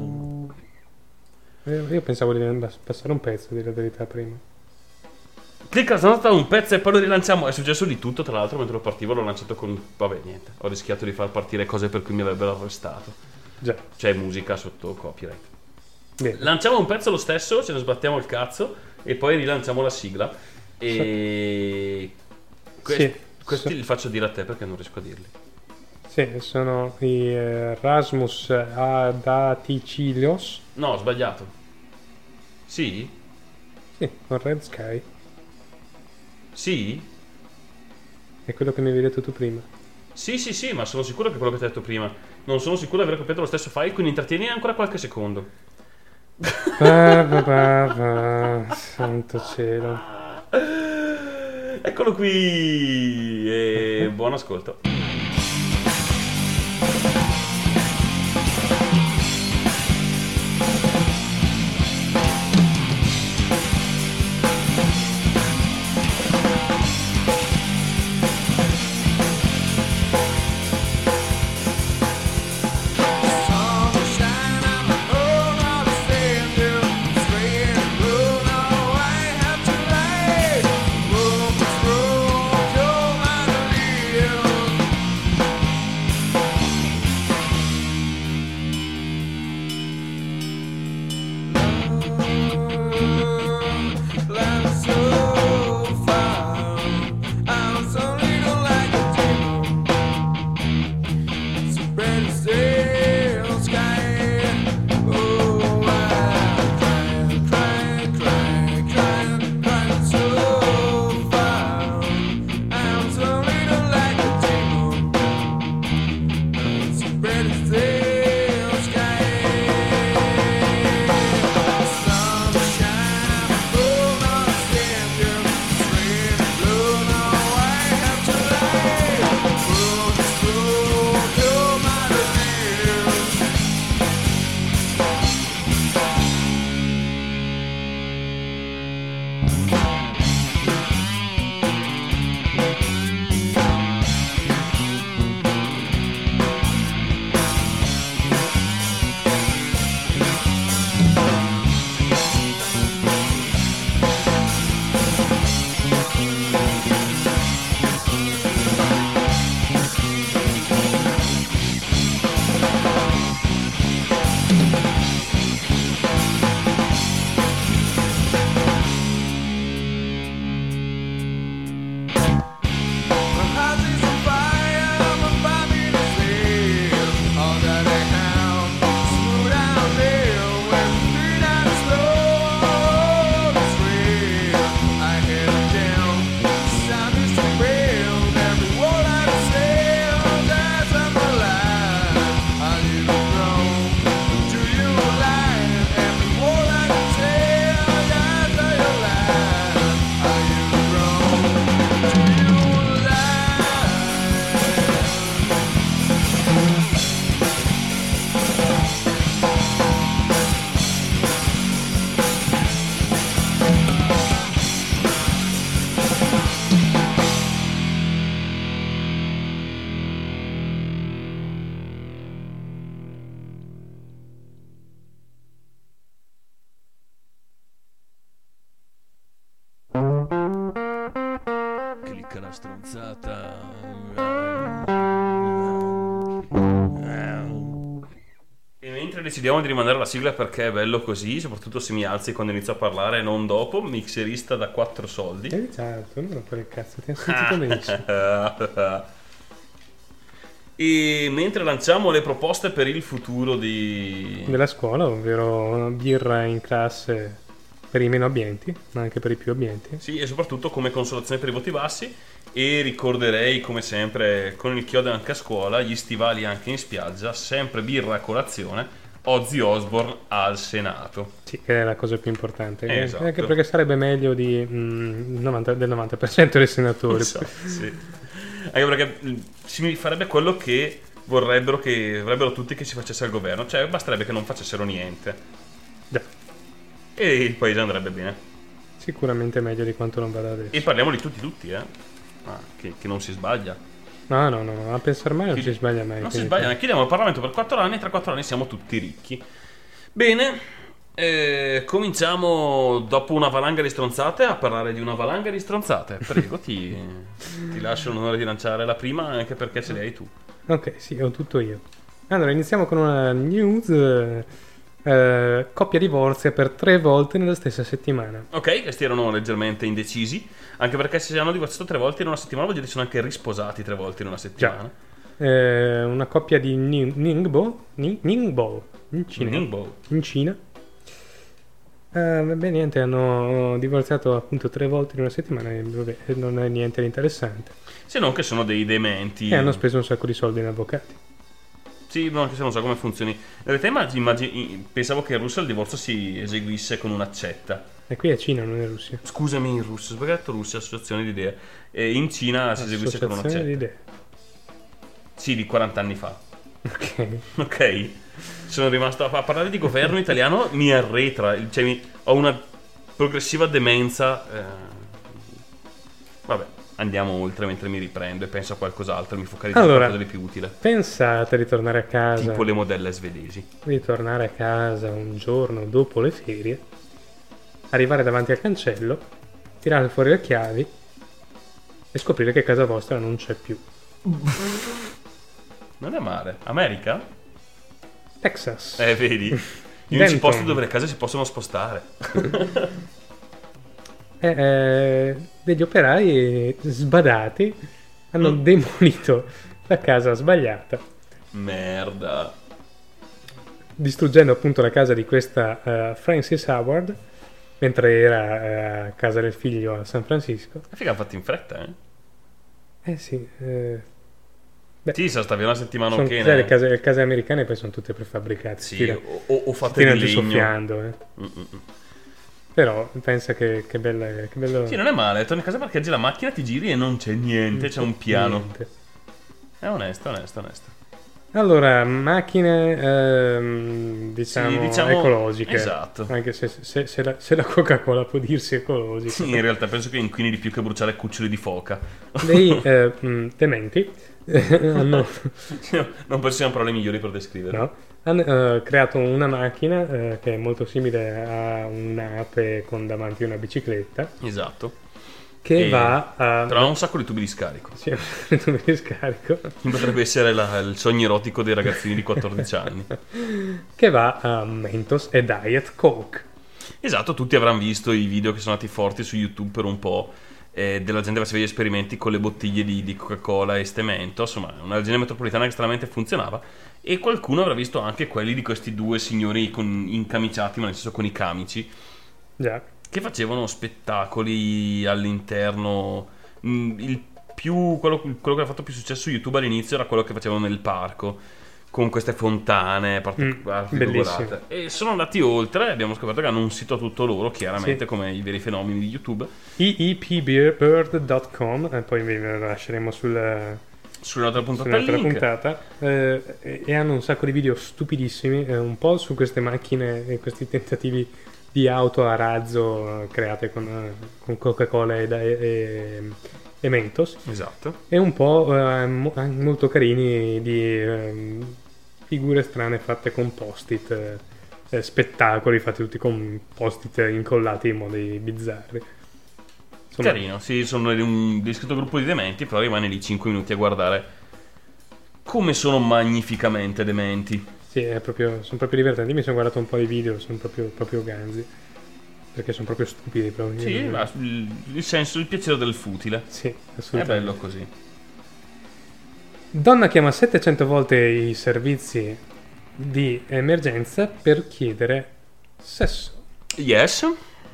Eh, Io pensavo di passare un pezzo, di la verità, prima. Clicca la stronzata un pezzo e poi lo rilanciamo. È successo di tutto, tra l'altro, mentre lo partivo l'ho lanciato con... Vabbè, niente. Ho rischiato di far partire cose per cui mi avrebbero arrestato. Già. C'è musica sotto copyright. Bene. Lanciamo un pezzo lo stesso, ce ne sbattiamo il cazzo e poi rilanciamo la sigla. E... Que- Sì. Questi Sì. li faccio dire a te perché non riesco a dirli. Sì, sono i eh, Rasmus Adaticilios. No, ho sbagliato. Sì? Sì, con Red Sky. Sì? È quello che mi avevi detto tu prima. Sì, sì, sì, ma sono sicuro che è quello che ti ho detto prima. Non sono sicuro di aver copiato lo stesso file, quindi intrattieni ancora qualche secondo. Va, va, va, va. Santo cielo. Eccolo qui e buon ascolto. Clicca la stronzata. E mentre decidiamo di rimandare la sigla perché è bello così, soprattutto se mi alzi quando inizio a parlare e non dopo, mixerista da quattro soldi. Eh, certo, non rompere il cazzo, ti ho sentito benissimo. E mentre lanciamo le proposte per il futuro di... Della scuola, ovvero birra in classe per i meno abbienti, ma anche per i più abbienti. Sì, e soprattutto come consolazione per i voti bassi. E ricorderei, come sempre, con il chiodo anche a scuola, gli stivali anche in spiaggia, sempre birra a colazione, Ozzy Osbourne al Senato. Sì, che è la cosa più importante. Eh, esatto. Anche perché sarebbe meglio di, mm, novanta del novanta per cento dei senatori. Esatto, sì. Anche perché mh, si farebbe quello che vorrebbero che vorrebbero tutti che si facesse al governo, cioè basterebbe che non facessero niente. Già. E il paese andrebbe bene. Sicuramente meglio di quanto non vada adesso. E parliamo di tutti tutti, eh. Ah, che, che non si sbaglia. No, no, no, no, a pensare mai non Chiedi- si sbaglia mai. Non si quindi- sbaglia, chiediamo al Parlamento per quattro anni e tra quattro anni siamo tutti ricchi. Bene, E cominciamo dopo una valanga di stronzate a parlare di una valanga di stronzate. Prego, ti, ti lascio l'onore di lanciare la prima, anche perché ce l'hai tu. Ok, sì, ho tutto io. Allora, iniziamo con una news. eh, eh, coppia divorzia per tre volte nella stessa settimana. Ok, questi erano leggermente indecisi, anche perché se si hanno divorziato tre volte in una settimana vuol dire che sono anche risposati tre volte in una settimana. Eh, una coppia di Ning- Ningbo Ning- Ningbo in Cina. Ningbo. In Cina. Eh, vabbè, niente, hanno divorziato appunto tre volte in una settimana e vabbè, non è niente di interessante. Se non che sono dei dementi. E hanno speso un sacco di soldi in avvocati. Sì, ma anche se non so come funzioni. In realtà immagini, immagini- pensavo che in Russia il divorzio si eseguisse con un'accetta. E qui è Cina, non è Russia. Scusami, in Russia, perché ho detto Russia, associazione di idee. E in Cina si eseguisse con Associazione un'accetta. di idee. Sì, di quaranta anni fa. Ok. Ok. Sono rimasto a parlare di governo italiano, mi arretra, cioè mi- ho una progressiva demenza. eh. Vabbè, andiamo oltre mentre mi riprendo e penso a qualcos'altro, mi focalizzo su Allora. qualcosa di più utile. Pensate di tornare a casa. Tipo le modelle svedesi. Di tornare a casa un giorno dopo le ferie, arrivare davanti al cancello, tirare fuori le chiavi e scoprire che casa vostra non c'è più. Non è male. America? Texas. Eh, vedi? Gli unici Denton. posti dove le case si possono spostare. Eh, eh, degli operai sbadati hanno Mm. demolito la casa sbagliata, Merda. distruggendo appunto la casa di questa eh, Frances Howard mentre era eh, a casa del figlio a San Francisco. E figa, fatti in fretta, eh? Eh sì, eh, beh, Sì, sa, stavi una settimana sono, ok. sai, le, case, le case americane poi sono tutte prefabbricate, Sì, si tira- o, o, o si fatte tirano di giù legno. soffiando, eh. Mm-mm. Però pensa che, che, bella, che bello. Sì, non è male. Torni a casa, parcheggi la macchina, ti giri e non c'è niente, c'è un piano. Niente. È onesto, onesto, onesto. Allora, macchine ehm, diciamo, Sì, diciamo- ecologiche. esatto. Anche se, se- se la, se la Coca-Cola può dirsi ecologica. Sì, in realtà penso che inquini di più che bruciare cuccioli di foca. Dei eh, mh, dementi hanno, Non possiamo parole migliori per descrivere. no, hanno eh, creato una macchina eh, che è molto simile a un'ape con davanti una bicicletta Esatto. che E- va a... Però ha un sacco di tubi di scarico. Sì, un tubo di scarico Potrebbe essere la- il sogno erotico dei ragazzini di quattordici anni. che va a Mentos e Diet Coke. Esatto, tutti avranno visto i video che sono andati forti su YouTube per un po', eh, della gente che faceva gli esperimenti con le bottiglie di, di Coca-Cola e Stemento. Insomma, una regione metropolitana che stranamente funzionava. E qualcuno avrà visto anche quelli di questi due signori con, incamiciati, ma nel senso con i camici, Già. che facevano spettacoli all'interno. Mm, il più, quello, quello che ha fatto più successo su YouTube all'inizio era quello che facevano nel parco, con queste fontane particolari, Mm, bellissimo. e sono andati oltre e abbiamo scoperto che hanno un sito tutto loro, chiaramente, Sì. come i veri fenomeni di YouTube. e e p bird dot com e poi vi lasceremo sul Sull'altra puntata il sull'altra link. puntata eh, e, e hanno un sacco di video stupidissimi eh, un po' su queste macchine e questi tentativi di auto a razzo eh, create con, eh, con Coca-Cola e, e, e Mentos Esatto. e un po' eh, mo- anche molto carini di ehm, figure strane fatte con post-it eh, eh, spettacoli fatti tutti con post-it incollati in modi bizzarri. Insomma, Carino, sì, sono un discreto gruppo di dementi, però rimane lì cinque minuti a guardare come sono magnificamente dementi. sì, è proprio, sono proprio divertenti. Mi sono guardato un po' di video, sono proprio, proprio ganzi. Perché sono proprio stupidi. Proprio. Sì, ma il, il senso, il piacere del futile. Sì, È assolutamente. bello così. Donna chiama settecento volte i servizi di emergenza per chiedere sesso. Yes.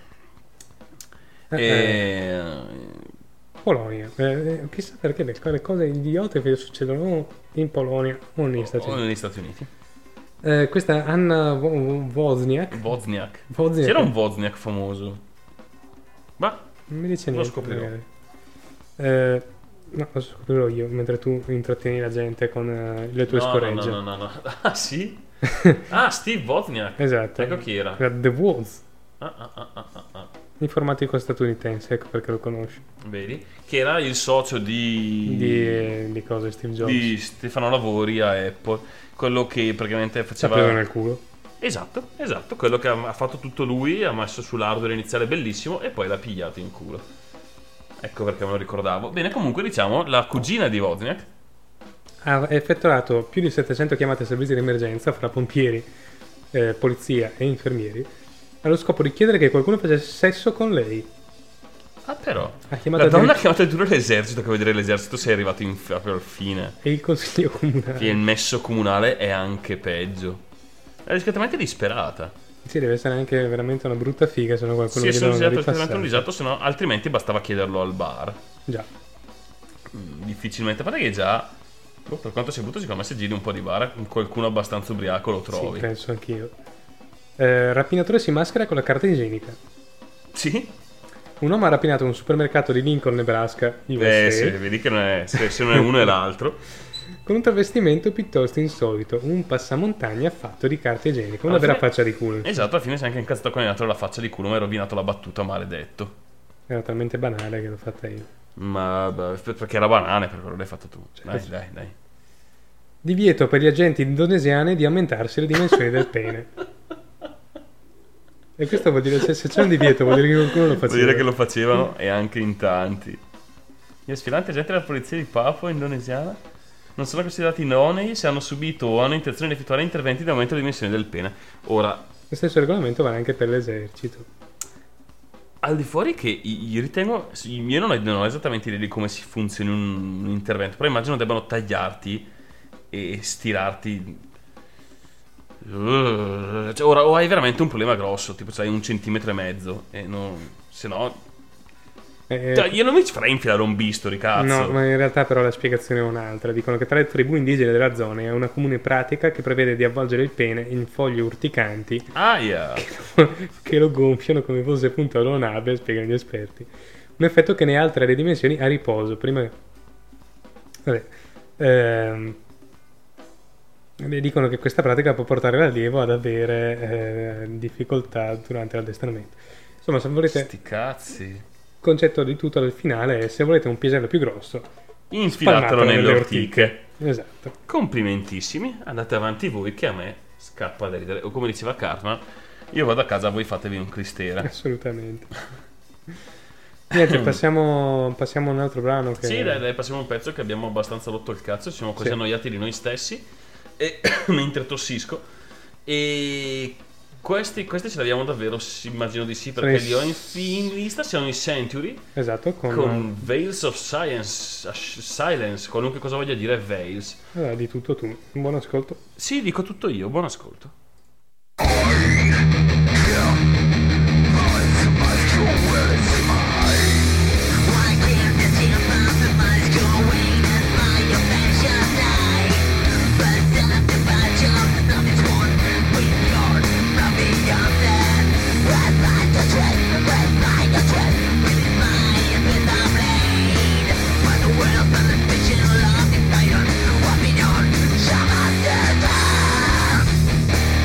Eh, eh, E... Polonia. Eh, eh, chissà perché le, le cose idiote che succedono o in Polonia o negli Stati o Uniti. negli Stati Uniti. Eh, questa Anna Wo- Wozniak. Wozniak. Wozniak. C'era un Wozniak famoso. Ma Non mi dice Lo niente. scoprirò. magari. Eh, no, lo scoprirò io mentre tu intrattieni la gente con eh, le tue no, no, scoregge. no, no, no, no. Ah, sì? Ah, Steve Wozniak. Esatto. Ecco chi era. Era The Woz, Ah, ah, ah, ah, ah, ah. informatico statunitense, ecco perché lo conosci. Vedi? Che era il socio di... Di, di cose Steve Jobs. di Stefano Lavori a Apple. Quello che praticamente Ci ha preso faceva... nel culo. Esatto, esatto, quello che ha fatto tutto lui, ha messo sull'hardware iniziale bellissimo e poi l'ha pigliato in culo. Ecco perché me lo ricordavo. Bene, comunque diciamo, la cugina di Wozniak ha effettuato più di settecento chiamate a servizi di emergenza fra pompieri, eh, polizia e infermieri allo scopo di chiedere che qualcuno facesse sesso con lei. Ah però, Ha chiamato la donna addir- ha chiamato addirittura l'esercito, che vuol dire l'esercito sei arrivato in, proprio al fine. e il consiglio comunale. E il messo comunale è anche peggio. È discretamente disperata. Sì, deve essere anche veramente una brutta figa se no qualcuno Sì, gli sono dà una discretamente un ripassata. disatto, se no altrimenti bastava chiederlo al bar. Già. Mm, Difficilmente, a parte che già, oh, per quanto sia brutto, secondo me se giri un po' di bar, qualcuno abbastanza ubriaco lo trovi. Sì, penso anch'io. Eh, rapinatore si maschera con la carta igienica. Sì? Un uomo ha rapinato un supermercato di Lincoln, Nebraska, U S A, Eh, sì, vedi che non è, se, se non è uno è l'altro. con un travestimento piuttosto insolito, un passamontagna fatto di carta igienica, una Alla vera fine- faccia di culo. Esatto, alla fine si è anche incazzato con il nato la faccia di culo, mi ha rovinato la battuta, maledetto. Era talmente banale che l'ho fatta io. Ma beh, perché era banale, per quello l'hai fatto tu. Dai, dai, dai. Divieto per gli agenti indonesiani di aumentarsi le dimensioni del pene. E questo vuol dire, se, se c'è un divieto vuol dire che qualcuno lo faceva. Vuol dire che lo facevano e anche in tanti. Gli aspiranti agenti della polizia di Papua indonesiana non sono considerati idonei se hanno subito o hanno intenzione di effettuare interventi di aumento delle dimensioni del pene. Ora, Lo stesso regolamento vale anche per l'esercito. al di fuori che i- io ritengo, io non ho, non ho esattamente idea di come si funzioni un, un intervento, però immagino debbano tagliarti e stirarti. Uh, cioè, ora o hai veramente un problema grosso, tipo c'hai un centimetro e mezzo, e non, se no, Eh, cioè, io non mi ci farei infilare un bisturi, cazzo. No, ma in realtà però la spiegazione è un'altra. Dicono che tra le tribù indigene della zona è una comune pratica che prevede di avvolgere il pene in foglie urticanti Aia. che lo gonfiano come fosse appunto aeronave, spiegano gli esperti. Un effetto che ne altra le dimensioni a riposo. Prima vabbè. Ehm... Beh, dicono che questa pratica può portare l'allievo ad avere eh, difficoltà durante l'addestramento. Insomma, se volete, Sti cazzi. il concetto di tutto al finale è: se volete un pisello più grosso, Infilatelo spalmatelo nelle ortiche. Esatto. Complimentissimi, andate avanti voi che a me scappa da ridere. O come diceva Cartman, io vado a casa, voi fatevi un clistere. Assolutamente. Niente, passiamo, passiamo a un altro brano che... Sì, dai, dai, passiamo un pezzo che abbiamo abbastanza rotto il cazzo, ci siamo quasi Sì. annoiati di noi stessi e mentre tossisco. E questi, questi ce l'abbiamo davvero, sì, immagino di sì, perché Sì. li ho in, in lista, siamo i Century Esatto, con... con Veils of Science, Silence, qualunque cosa voglia dire Veils. Allora, di tutto tu. Un buon ascolto. Sì, dico tutto io, buon ascolto. What we done, what we done, some of the time.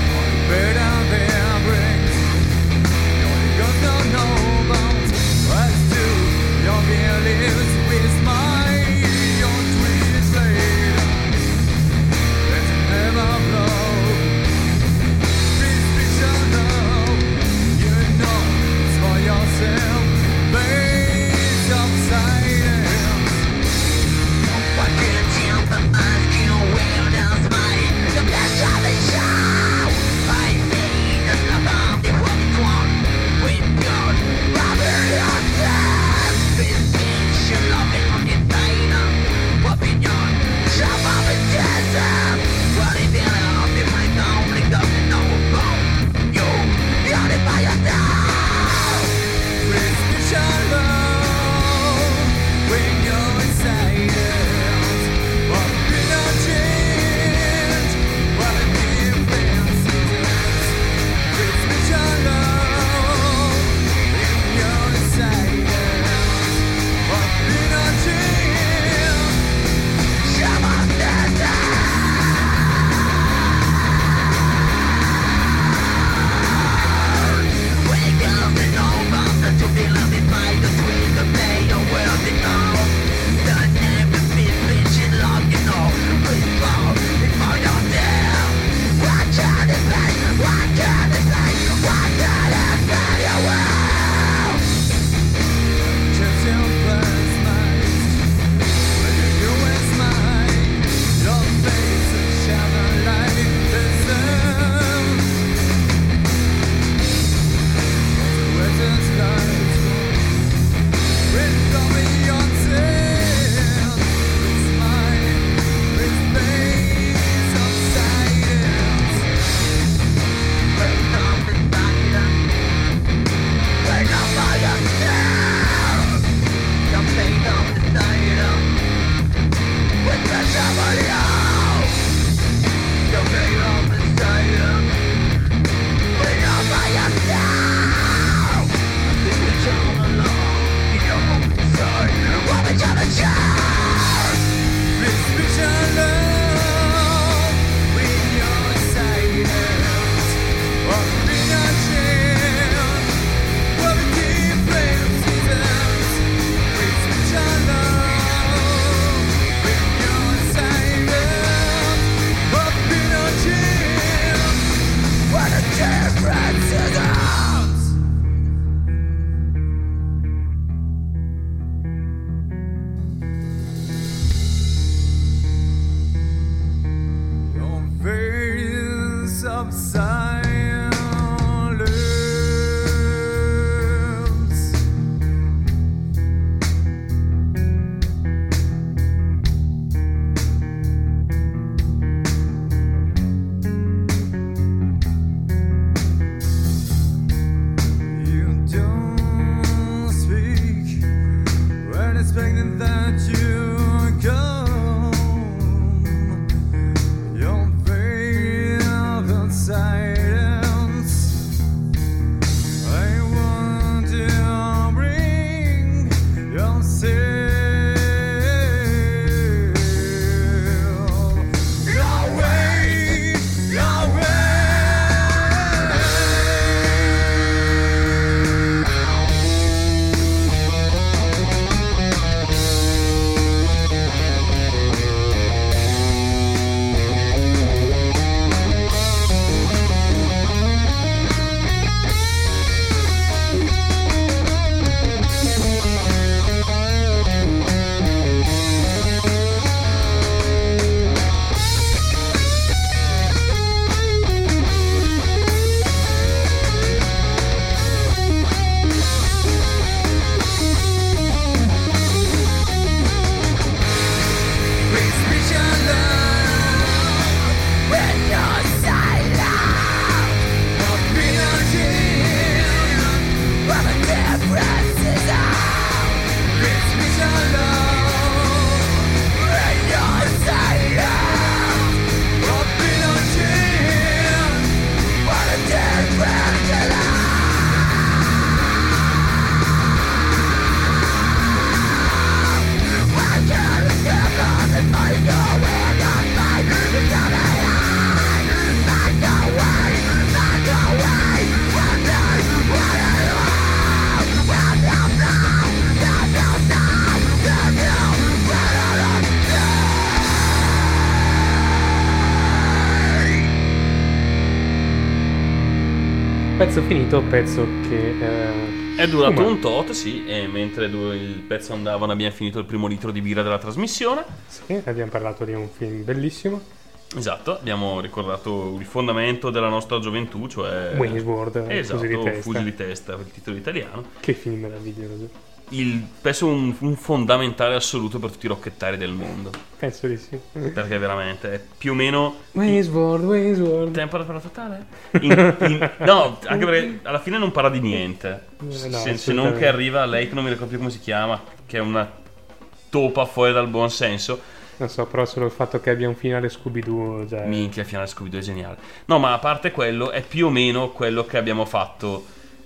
Pezzo finito, pezzo che... Eh, È durato fuma. un tot, sì, e mentre du- il pezzo andava abbiamo finito il primo litro di birra della trasmissione. Sì, abbiamo parlato di un film bellissimo. Esatto, abbiamo ricordato il fondamento della nostra gioventù, cioè... Wayne's World, Esatto, Fusi di testa. Fusi di testa, il titolo italiano. Che film meraviglioso. Il, penso un, un fondamentale assoluto per tutti i rocchettari del mondo. Penso di sì. Perché veramente è più o meno... Wayne's World, Wayne's World. Tempo per la totale? In- in- no, anche perché alla fine non parla di niente. No, se, se non assolutamente. che arriva lei, che non mi ricordo più come si chiama, che è una topa fuori dal buon senso. Non so, però solo il fatto che abbia un finale Scooby-Doo già... Minchia, il finale Scooby-Doo è geniale. No, ma a parte quello, è più o meno quello che abbiamo fatto.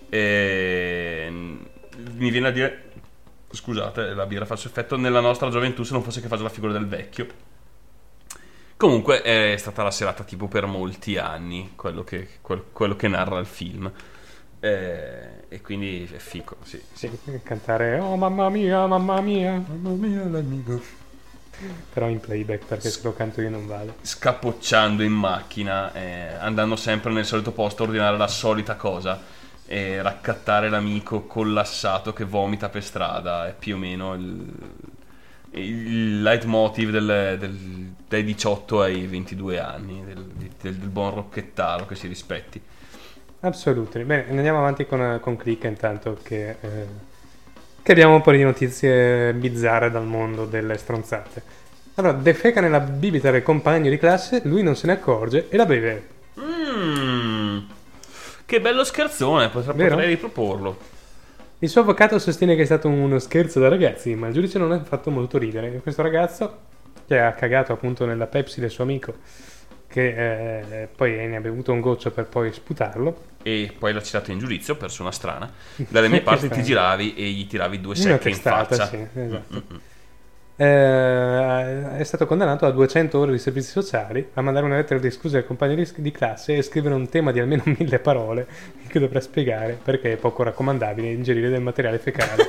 eh, Mi viene a dire... Scusate, la birra fa suo effetto nella nostra gioventù, se non fosse che faccia la figura del vecchio. Comunque è stata la serata tipo per molti anni, quello che, quel- quello che narra il film. Eh, e quindi è fico, sì. Sì, cantare oh mamma mia, mamma mia. Mamma mia, l'amico. Però in playback, perché se lo canto io non vale. Scapocciando in macchina, eh, andando sempre nel solito posto a ordinare la solita cosa e raccattare l'amico collassato che vomita per strada è più o meno il, il leitmotiv del, del, dai diciotto ai ventidue anni del, del, del buon rocchettaro che si rispetti. Assolutamente. Bene, andiamo avanti con, con Click intanto che, eh, che abbiamo un po' di notizie bizzarre dal mondo delle stronzate. Allora, defeca nella bibita del compagno di classe, lui non se ne accorge e la beve. Mm, che bello scherzone, potrei, Vero? potrei riproporlo. Il suo avvocato sostiene che è stato uno scherzo da ragazzi, ma il giudice non ha fatto molto ridere. Questo ragazzo, che ha cagato appunto nella Pepsi del suo amico, che eh, poi ne ha bevuto un goccio per poi sputarlo. E poi l'ha citato in giudizio, persona strana. Dalle mie parti ti Strano. giravi e gli tiravi due Una secche in testata, faccia. sì, esatto. Mm-mm. Eh, è stato condannato a duecento ore di servizi sociali, a mandare una lettera di scusa al compagno di, di classe e scrivere un tema di almeno mille parole che dovrà spiegare perché è poco raccomandabile ingerire del materiale fecale.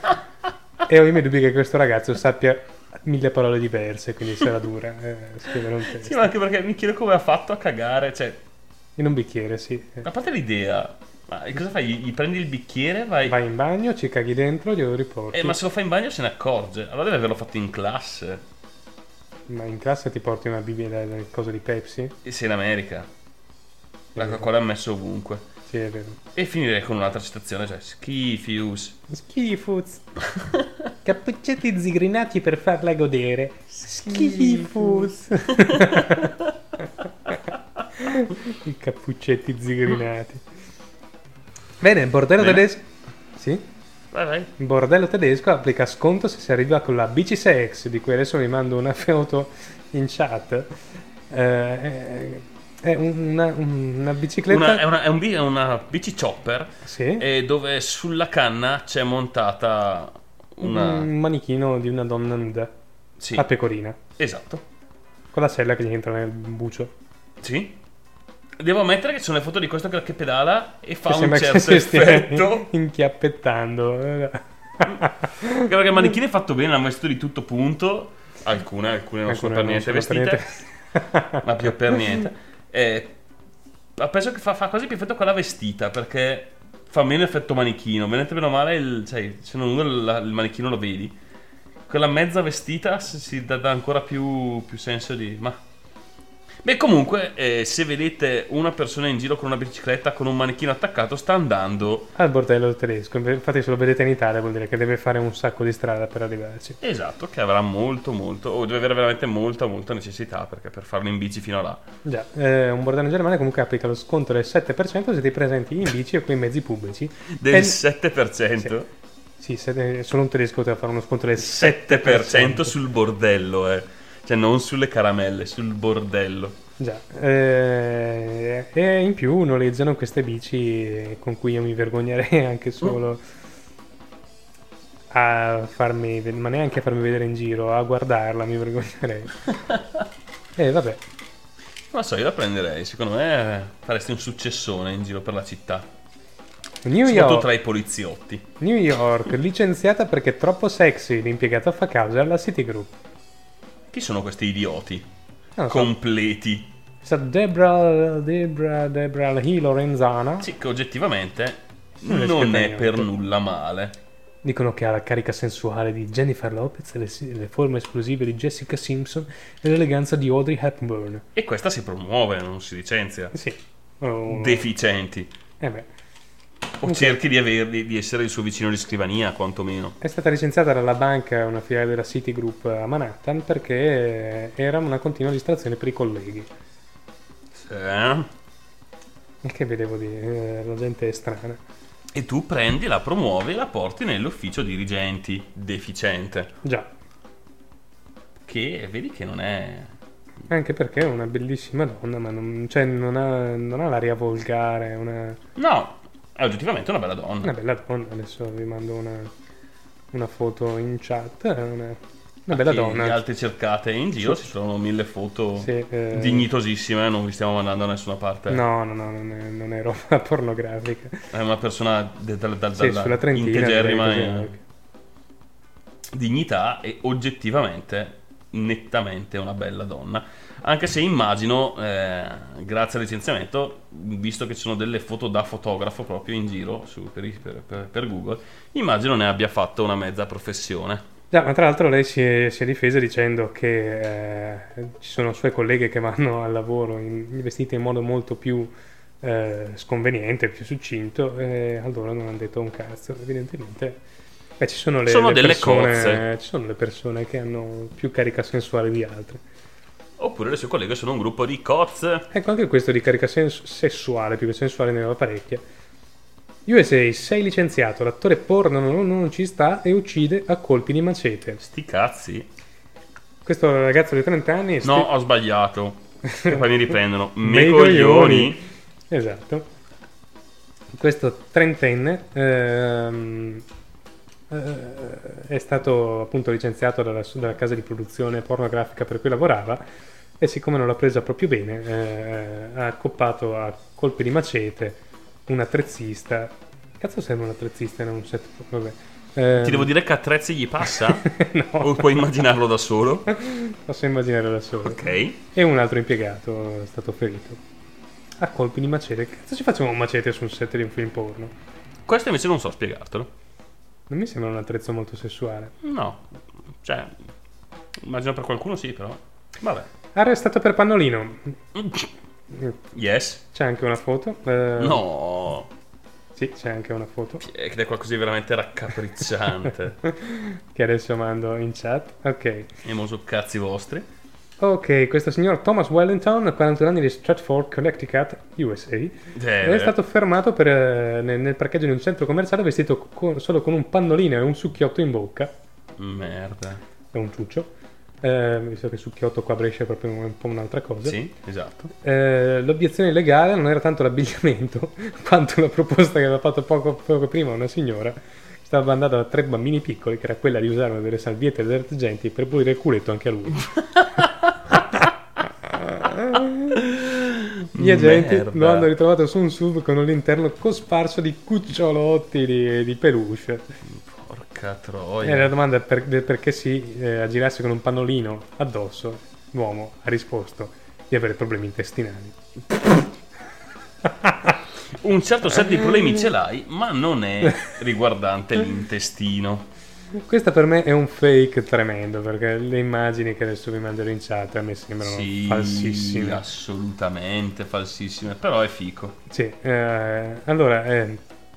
E ho i miei dubbi che questo ragazzo sappia mille parole diverse, quindi sarà dura eh, scrivere un testo. Sì, ma anche perché mi chiedo come ha fatto a cagare, cioè, In un bicchiere, sì. a parte l'idea, ma cosa fai? Gli, gli prendi il bicchiere, vai... Vai in bagno, ci caghi dentro, glielo riporti. Eh, ma se lo fai in bagno se ne accorge. Allora deve averlo fatto in classe. Ma in classe ti porti una bibita del coso di Pepsi? E sei in America. La Coca-Cola è messa ovunque. Sì, è vero. E finirei con un'altra citazione, cioè Schifius. Schifuz. Cappuccetti zigrinati per farla godere. Schifuz. I cappuccetti zigrinati. Bene, bordello Bene. tedesco. Sì? Vai, vai. Il bordello tedesco applica sconto se si arriva con la bici sex, di cui adesso vi mando una foto in chat. Eh, è una, una bicicletta. Una, è, una, è, un, bi- è una bici chopper Sì. e dove sulla canna c'è montata una... Un manichino di una donna nuda. Sì, A pecorina. esatto. Con la sella che gli entra nel bucio. Sì. Devo ammettere che ci sono le foto di questo che che pedala e fa Che un sembra che certo si stia effetto. inchiappettando. Anche perché il manichino è fatto bene, l'ha messo di tutto punto. Alcune, alcune non sono per Alcune niente non sono per vestite, ma più per niente. Eh, ma penso che fa, fa quasi più effetto quella vestita, perché fa meno effetto manichino. Venete bene o male, il, cioè, se non uno il, il manichino lo vedi. Quella mezza vestita si, si dà, dà ancora più, più senso di... ma... Beh, comunque, eh, se vedete una persona in giro con una bicicletta con un manichino attaccato, sta andando... Al bordello tedesco. Infatti se lo vedete in Italia vuol dire che deve fare un sacco di strada per arrivarci. Esatto, che avrà molto, molto... o deve avere veramente molta, molta necessità, perché per farlo in bici fino a là... Già, eh, un bordello in Germania comunque applica lo sconto del sette per cento se ti presenti in bici o con i mezzi pubblici. Del E- sette per cento? Sì, se- solo un tedesco poteva fare uno sconto del sette per cento sul bordello, eh. Cioè non sulle caramelle, sul bordello. Già, eh, e in più noleggiano queste bici con cui io mi vergognerei anche solo a farmi, ved- ma neanche a farmi vedere in giro, a guardarla mi vergognerei. E vabbè, Non so, io la prenderei. Secondo me faresti un successone in giro per la città. New Soprattutto York, tra i poliziotti. New York, licenziata perché è troppo sexy, l'impiegata fa causa alla Citigroup. Chi sono questi idioti? Non lo so. Completi. stata Debra, Debra, Debra L. Lorenzana. Sì, che oggettivamente Non riesco non a è capire per niente. nulla male. Dicono che ha la carica sensuale di Jennifer Lopez, le, le forme esplosive di Jessica Simpson e l'eleganza di Audrey Hepburn. E questa si promuove, non si licenzia. Sì. Oh. Deficienti. Eh beh. O Ok. cerchi di, averli, di essere il suo vicino di scrivania, quantomeno. È stata licenziata dalla banca, una filiale della Citigroup a Manhattan, perché era una continua distrazione per i colleghi. Eh? E che vedevo dire, eh, la gente è strana. E tu prendi, la promuovi e la porti nell'ufficio dirigenti. Deficiente. Già, Che vedi che non è... anche perché è una bellissima donna, ma non, cioè, non, ha, non ha l'aria volgare, è una, No, è oggettivamente una bella donna. una bella donna. Adesso vi mando una, una foto in chat, è una, una bella Che donna. Gli altri cercate in giro, Sì. ci sono mille foto Sì, eh, dignitosissime, non vi stiamo mandando da nessuna parte. No, no, no, non è, non è roba pornografica. È una persona de- da- da- Sì, dalla sulla trentina. integerrima direi eh, così. dignità e oggettivamente, nettamente una bella donna. Anche se immagino, eh, grazie al licenziamento, visto che ci sono delle foto da fotografo proprio in giro su, per, i- per- per- per Google, immagino ne abbia fatto una mezza professione. Già, ma tra l'altro lei si è, si è difesa dicendo che eh, ci sono sue colleghe che vanno al lavoro in, vestite in modo molto più eh, sconveniente, più succinto, e allora non hanno detto un cazzo. Evidentemente beh, ci sono le, Sono le delle persone, cozze. ci sono le persone che hanno più carica sensuale di altre. Oppure le sue colleghe sono un gruppo di cozze. Ecco, anche questo di carica sens- sessuale, più che sensuale, ne aveva parecchia. U S A, sei licenziato, l'attore porno non, non ci sta e uccide a colpi di macete. Sti cazzi. Questo ragazzo di trenta anni... No, ho sbagliato. E poi mi riprendono. Me Mei coglioni. Esatto. Questo trentenne ehm, eh, è stato appunto licenziato dalla, dalla casa di produzione pornografica per cui lavorava e siccome non l'ha presa proprio bene eh, ha accoppato a colpi di macete un attrezzista. Cazzo serve un attrezzista in un set? Vabbè. Ehm, Ti devo dire che a Trezzi gli passa? no, O puoi immaginarlo da solo? posso immaginare da solo. Ok. E un altro impiegato è stato ferito a colpi di macete. Che cazzo ci facciamo un macete su un set di un film porno? Questo invece non so spiegartelo. Non mi sembra un attrezzo molto sessuale. No. Cioè, immagino per qualcuno sì, però. Vabbè. Arrestato per pannolino. Yes. C'è anche una foto. eh, No. Sì, c'è anche una foto Ed è qualcosa di veramente raccapricciante. che adesso mando in chat. Ok. E mo so cazzi vostri. Ok, questo signor Thomas Wellington, quarantuno anni di Stratford, Connecticut, U S A, Eh, è stato fermato per, eh, nel, nel parcheggio di un centro commerciale vestito co- solo con un pannolino e un succhiotto in bocca. Merda. È un ciuccio. Eh, visto che succhiotto qua a Brescia è proprio un po' un'altra cosa. Sì, esatto. Eh, l'obiezione illegale non era tanto l'abbigliamento quanto la proposta che aveva fatto poco, poco prima una signora che stava mandata da tre bambini piccoli, che era quella di usare delle salviette e detergenti per pulire il culetto anche a lui. Gli agenti Merda. lo hanno ritrovato su un S U V con l'interno cosparso di cucciolotti di, di peluche. Porca E troia. la domanda per, del perché si eh, aggirasse con un pannolino addosso, l'uomo ha risposto di avere problemi intestinali. Un certo set di problemi ce l'hai, ma non è riguardante l'intestino. Questo per me è un fake tremendo, perché le immagini che adesso vi manderò in chat a me sembrano Sì, falsissime. assolutamente falsissime, però è fico. Sì, eh, allora, eh,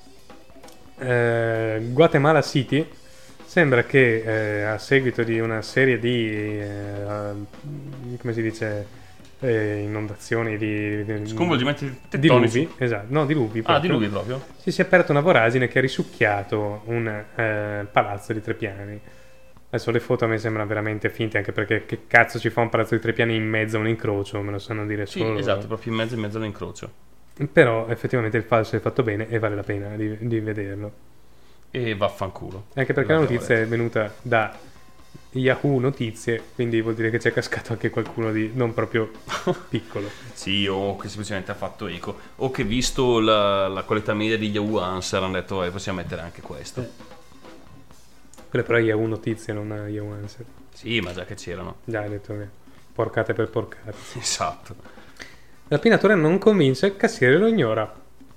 eh, Guatemala City sembra che eh, a seguito di una serie di, eh, come si dice, eh, inondazioni, di, di Sconvolgimenti tettonici. diluvi, esatto, no, diluvi Ah, proprio. diluvi proprio? Si sia aperta una voragine che ha risucchiato un eh, palazzo di tre piani. Adesso le foto a me sembrano veramente finte, anche perché che cazzo ci fa un palazzo di tre piani in mezzo a un incrocio, me lo sanno dire Sì, solo esatto, loro. proprio in mezzo in mezzo all'incrocio. Però effettivamente il falso è fatto bene e vale la pena di, di vederlo. E vaffanculo. Anche perché la L'abbiamo notizia detto. è venuta da Yahoo Notizie, quindi vuol dire che c'è cascato anche qualcuno di non proprio piccolo. Sì, o che semplicemente ha fatto eco. O che visto la, la qualità media di Yahoo Answer hanno detto eh, possiamo mettere anche questo. Quella però è Yahoo Notizie, non è Yahoo Answer. Sì, ma già che c'erano. Già hai detto che porcate per porcate. Esatto. La penatura non convince, il cassiere lo ignora.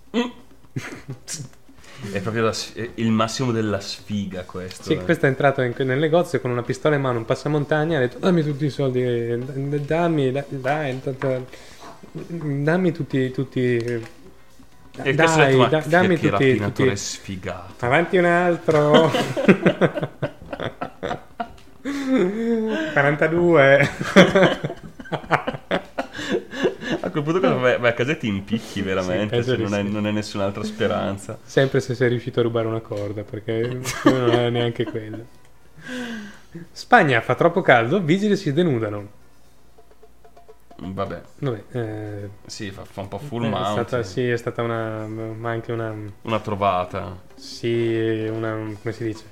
È proprio la s- è il massimo della sfiga questo. Sì, eh. questo è entrato in- nel negozio con una pistola in mano, un passamontagna, ha detto dammi tutti i soldi, d- dammi, dai, dai, d- d- dammi tutti, tutti, E questo ha dai, detto, ma da- che- dammi che tutti, rapinatore tutti. è sfigato. Avanti un altro. quarantadue. A quel punto cosa vai, vai a casa e ti impicchi veramente, penso cioè, di non, è, sì. non è nessun'altra speranza. Sempre se sei riuscito a rubare una corda, perché non è neanche quello. Spagna, fa troppo caldo, vigili si denudano. Vabbè, Vabbè, eh, sì, fa, fa un po' full è mount. stata, sì, è stata una, ma anche una, Una trovata. sì, una, come si dice?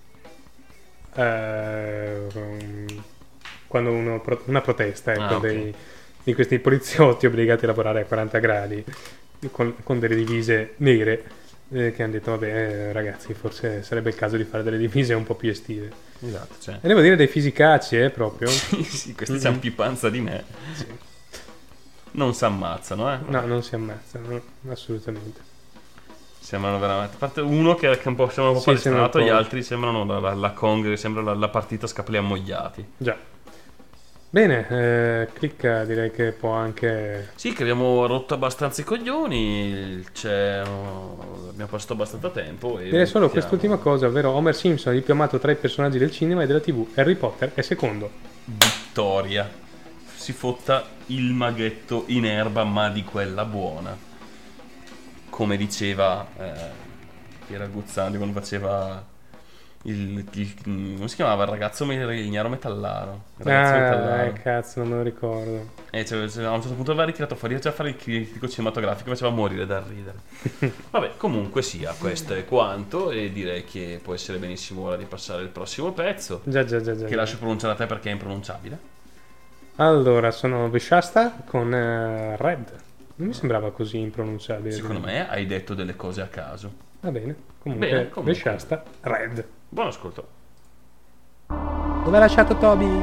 Eh, um, quando uno, pro- una protesta, ecco, Ah, ok. dei, di questi poliziotti obbligati a lavorare a quaranta gradi con, con delle divise nere, eh, che hanno detto, vabbè, eh, ragazzi, forse sarebbe il caso di fare delle divise un po' più estive. Esatto, cioè. E devo dire dei fisicacci, eh, proprio. Sì, sì, questi Mhm. c'hanno più panza di me. Sì. Non si ammazzano, eh. No, non si ammazzano, no, assolutamente. Sembrano veramente. A parte uno che, che un po', sembra un po' Sì, palestrato, sembra un gli po'. altri sembrano la, la, la Kong, che sembra la, la partita scapoli ammogliati. Già. Bene, eh, clicca, direi che può anche... Sì, che abbiamo rotto abbastanza i coglioni. C'è, oh, abbiamo passato abbastanza tempo. E Direi solo mettiamo- quest'ultima cosa, ovvero Homer Simpson, il più amato tra i personaggi del cinema e della tivù. Harry Potter è secondo. Vittoria. Si fotta il maghetto in erba, ma di quella buona. Come diceva eh, chi era Guzzanti quando faceva il, il- come si chiamava il ragazzo me- il ignaro metallaro. Il ragazzo Ah, metallaro. eh, cazzo, non me lo ricordo. E cioè, cioè, a un certo punto aveva ritirato fuori già a fare il critico cinematografico, faceva morire dal ridere. Vabbè, comunque sia, questo è quanto. E direi che può essere benissimo ora di passare il prossimo pezzo, Già, già, già, già. che lascio pronunciare a te perché è impronunciabile. Allora, sono Vishasta con eh, Red. Non mi sembrava così impronunciabile. Secondo me hai detto delle cose a caso. Va bene. Comunque, Bene, comunque. Vishasta, Red. Buon ascolto. Dove ha lasciato Toby?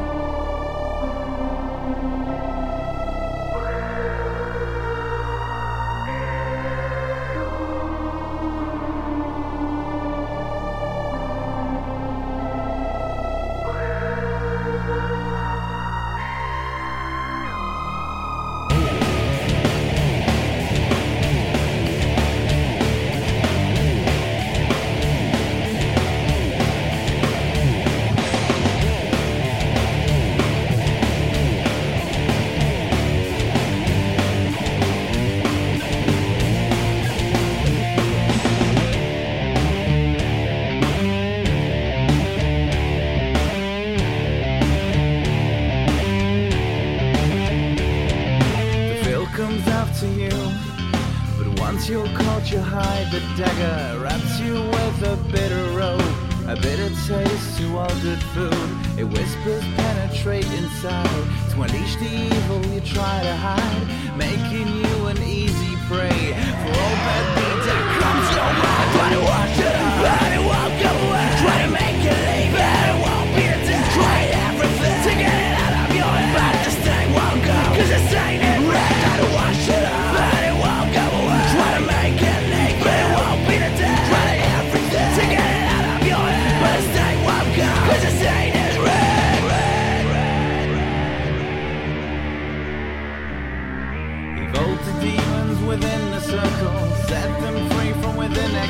The veil comes after you, but once you're caught, you hide. The dagger wraps you with a bitter rope, a bitter taste to all good food. It whispers penetrate inside to unleash the evil you try to hide, making you an easy prey for all bad things that comes your way. Try to wash it up, but it won't go away. Try to make it leave, but it won't be a day. Try everything to get it out of your head, but this thing won't go, 'cause this ain't it right. Try to wash it up, but it won't go away. Try to make it leave, but it won't be the day. Try everything to get it out of your head, but this thing won't go, 'cause this ain't it right. Evoke the demons within the circle, set them free from within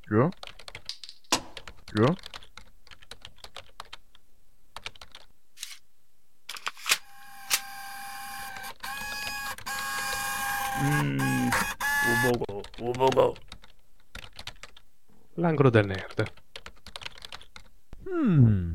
Giù. Giù. Mmm, ubogo, ubogo. L'angolo del nerd. Mm.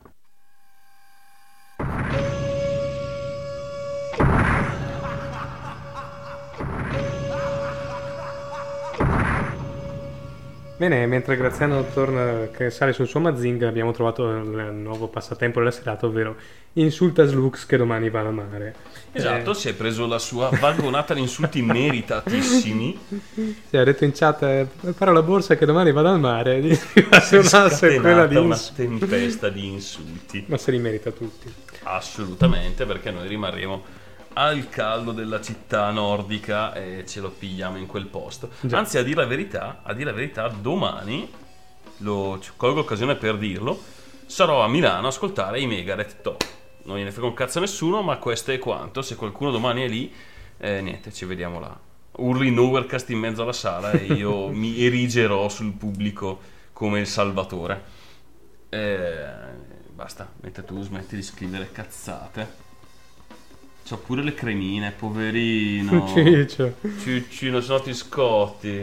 Bene, mentre Graziano torna, che sale sul suo Mazinga, abbiamo trovato il nuovo passatempo della serata, ovvero insulta Slux che domani va al mare. Esatto, Eh, si è preso la sua vagonata di insulti meritatissimi. sì, ha detto in chat, eh, prepara la borsa che domani vado al mare. Gli va Si è una sequela di scatenata una insulti. tempesta di insulti. Ma se li merita tutti. Assolutamente, perché noi rimarremo al caldo della città nordica e ce lo pigliamo in quel posto. Già. Anzi, a dire la verità, a dire la verità, domani, lo colgo l'occasione per dirlo, sarò a Milano a ascoltare i Megadeth Top. Non gliene frega un cazzo a nessuno, ma questo è quanto. Se qualcuno domani è lì, eh, niente, ci vediamo là. Urli Nowherecast in mezzo alla sala e io mi erigerò sul pubblico come il salvatore. Eh, basta, mentre tu smetti di scrivere cazzate. C'ho pure le cremine, poverino. Ciccio. Ciuccino, sono ti scotti.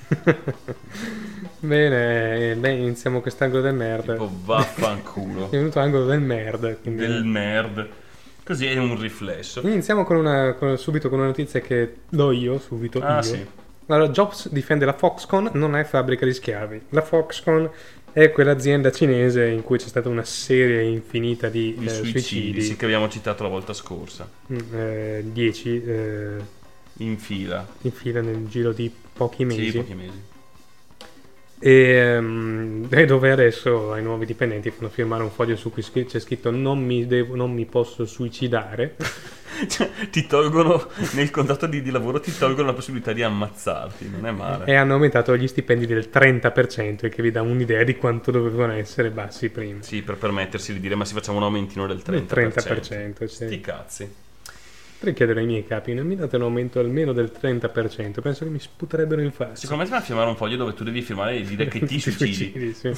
Bene, beh, iniziamo quest'angolo del nerd. Tipo vaffanculo. È venuto angolo del nerd. quindi- Del nerd. Così è un riflesso. Iniziamo con una, con- subito con una notizia che do io, subito Ah io. sì. Allora, Jobs difende la Foxconn, non è fabbrica di schiavi. La Foxconn è quell'azienda cinese in cui c'è stata una serie infinita di, I eh, suicidi, suicidi. sì, che abbiamo citato la volta scorsa. Mm, eh, dieci eh, In fila. in fila nel giro di pochi mesi. Sì, pochi mesi. E, ehm, e dove adesso ai nuovi dipendenti fanno firmare un foglio su cui scri- c'è scritto non mi, devo, non mi posso suicidare. Cioè, ti tolgono, nel contratto di, di lavoro ti tolgono la possibilità di ammazzarti, non è male. E hanno aumentato gli stipendi del trenta per cento, il che vi dà un'idea di quanto dovevano essere bassi prima. Sì, per permettersi di dire ma si facciamo un aumentino del Del trenta per cento. trenta per cento, sì. Sti cazzi. Potrei chiedere ai miei capi, non mi date un aumento almeno del trenta per cento? Penso che mi sputerebbero in faccia. Secondo me ti va a firmare un foglio dove tu devi firmare e dire che ti suicidi. sì.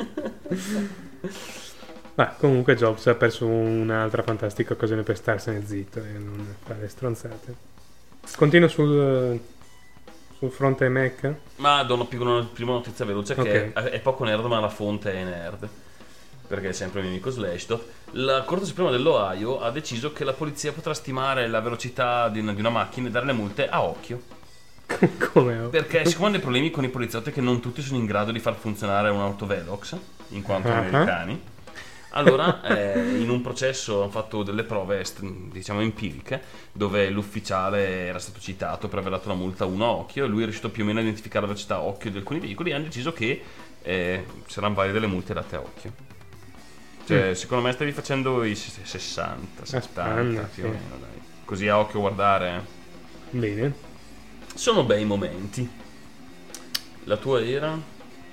Ma comunque Jobs ha perso un'altra fantastica occasione per starsene zitto e non fare stronzate. Continuo sul, sul fronte Mac. Ma do una piccola prima notizia veloce che Ok. è, è poco nerd ma la fonte è nerd. Perché è sempre il mio amico Slashdot. La Corte Suprema dell'Ohio ha deciso che la polizia potrà stimare la velocità di una, di una macchina e dare le multe a occhio. Come? Perché siccome hanno dei problemi con i poliziotti che non tutti sono in grado di far funzionare un'auto Velox, in quanto Ah. americani, allora eh, in un processo hanno fatto delle prove est- diciamo empiriche dove l'ufficiale era stato citato per aver dato una multa a uno a occhio e lui è riuscito più o meno a identificare la velocità a occhio di alcuni veicoli e hanno deciso che eh, saranno valide le multe date a occhio. Cioè, Mm. secondo me stavi facendo i s- sessanta, settanta spanna, più sì. o meno, dai. Così a occhio guardare. eh. Bene. Sono bei momenti. La tua era?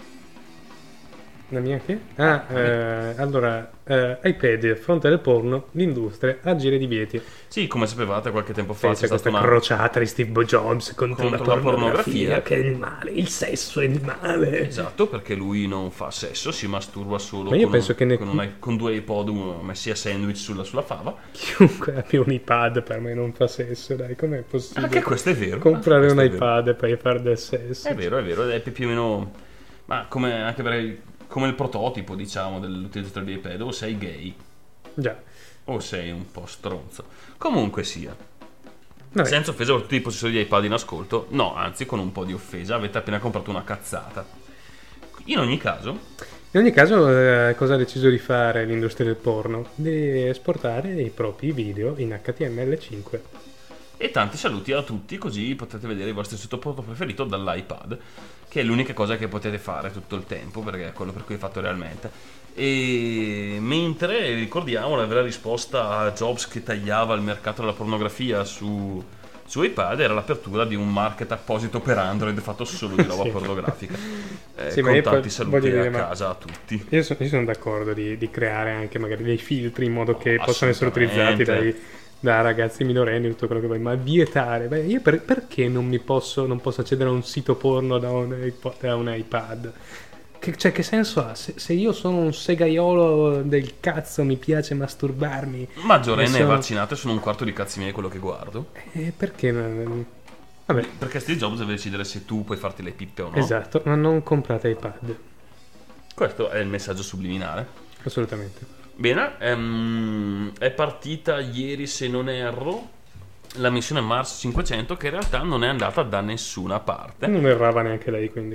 La mia che? Ah, eh, allora, eh, iPad, fronte del porno, l'industria, agire di vieti. Sì, come sapevate qualche tempo fa C'è c'è questa stata una crociata di Steve Jobs contro, Contro la la pornografia, pornografia. che è il male, il sesso è il male. Esatto, perché lui non fa sesso, si masturba solo Ma io con, penso un- che ne- con, una- con due iPod uno messi a sandwich sulla, sulla fava. Chiunque abbia un iPad per me non fa sesso, dai, com'è possibile? Anche questo è vero. Comprare Anche un questo è vero. iPad per fare del sesso. È vero, è vero, è più o meno. Ma come anche per come il prototipo, diciamo, dell'utilizzatore di iPad, o sei gay Già. o sei un po' stronzo. Comunque sia. Vabbè. Senza offesa per tutti i possessori di iPad in ascolto, no, anzi con un po' di offesa, avete appena comprato una cazzata. In ogni caso, In ogni caso, eh, cosa ha deciso di fare l'industria del porno? Di esportare i propri video in H T M L cinque. e tanti saluti a tutti, così potete vedere il vostro sottofondo preferito dall'iPad, che è l'unica cosa che potete fare tutto il tempo, perché è quello per cui è fatto realmente. E mentre ricordiamo la vera risposta a Jobs che tagliava il mercato della pornografia su, su iPad era l'apertura di un market apposito per Android fatto solo di roba Sì. pornografica. Eh, Sì, ma con io poi tanti saluti voglio dire, a ma- casa a tutti. Io, so- io sono d'accordo di, di creare anche magari dei filtri in modo che possano essere utilizzati Assolutamente. dai, da ragazzi minorenni, tutto quello che vuoi, ma vietare, beh, io per- perché non mi posso, non posso accedere a un sito porno da un, iPod, da un iPad? Che, cioè, che senso ha? Se, se io sono un segaiolo del cazzo, mi piace masturbarmi. Maggiorenne e sono... vaccinato, sono un quarto di cazzi miei quello che guardo. Eh, perché? Vabbè. Perché Steve Jobs deve decidere se tu puoi farti le pippe o no. Esatto, ma non comprate iPad. Questo è il messaggio subliminale. Assolutamente. Bene, ehm, è partita ieri, se non erro, la missione Mars cinquecento, che in realtà non è andata da nessuna parte. Non errava neanche lei, quindi.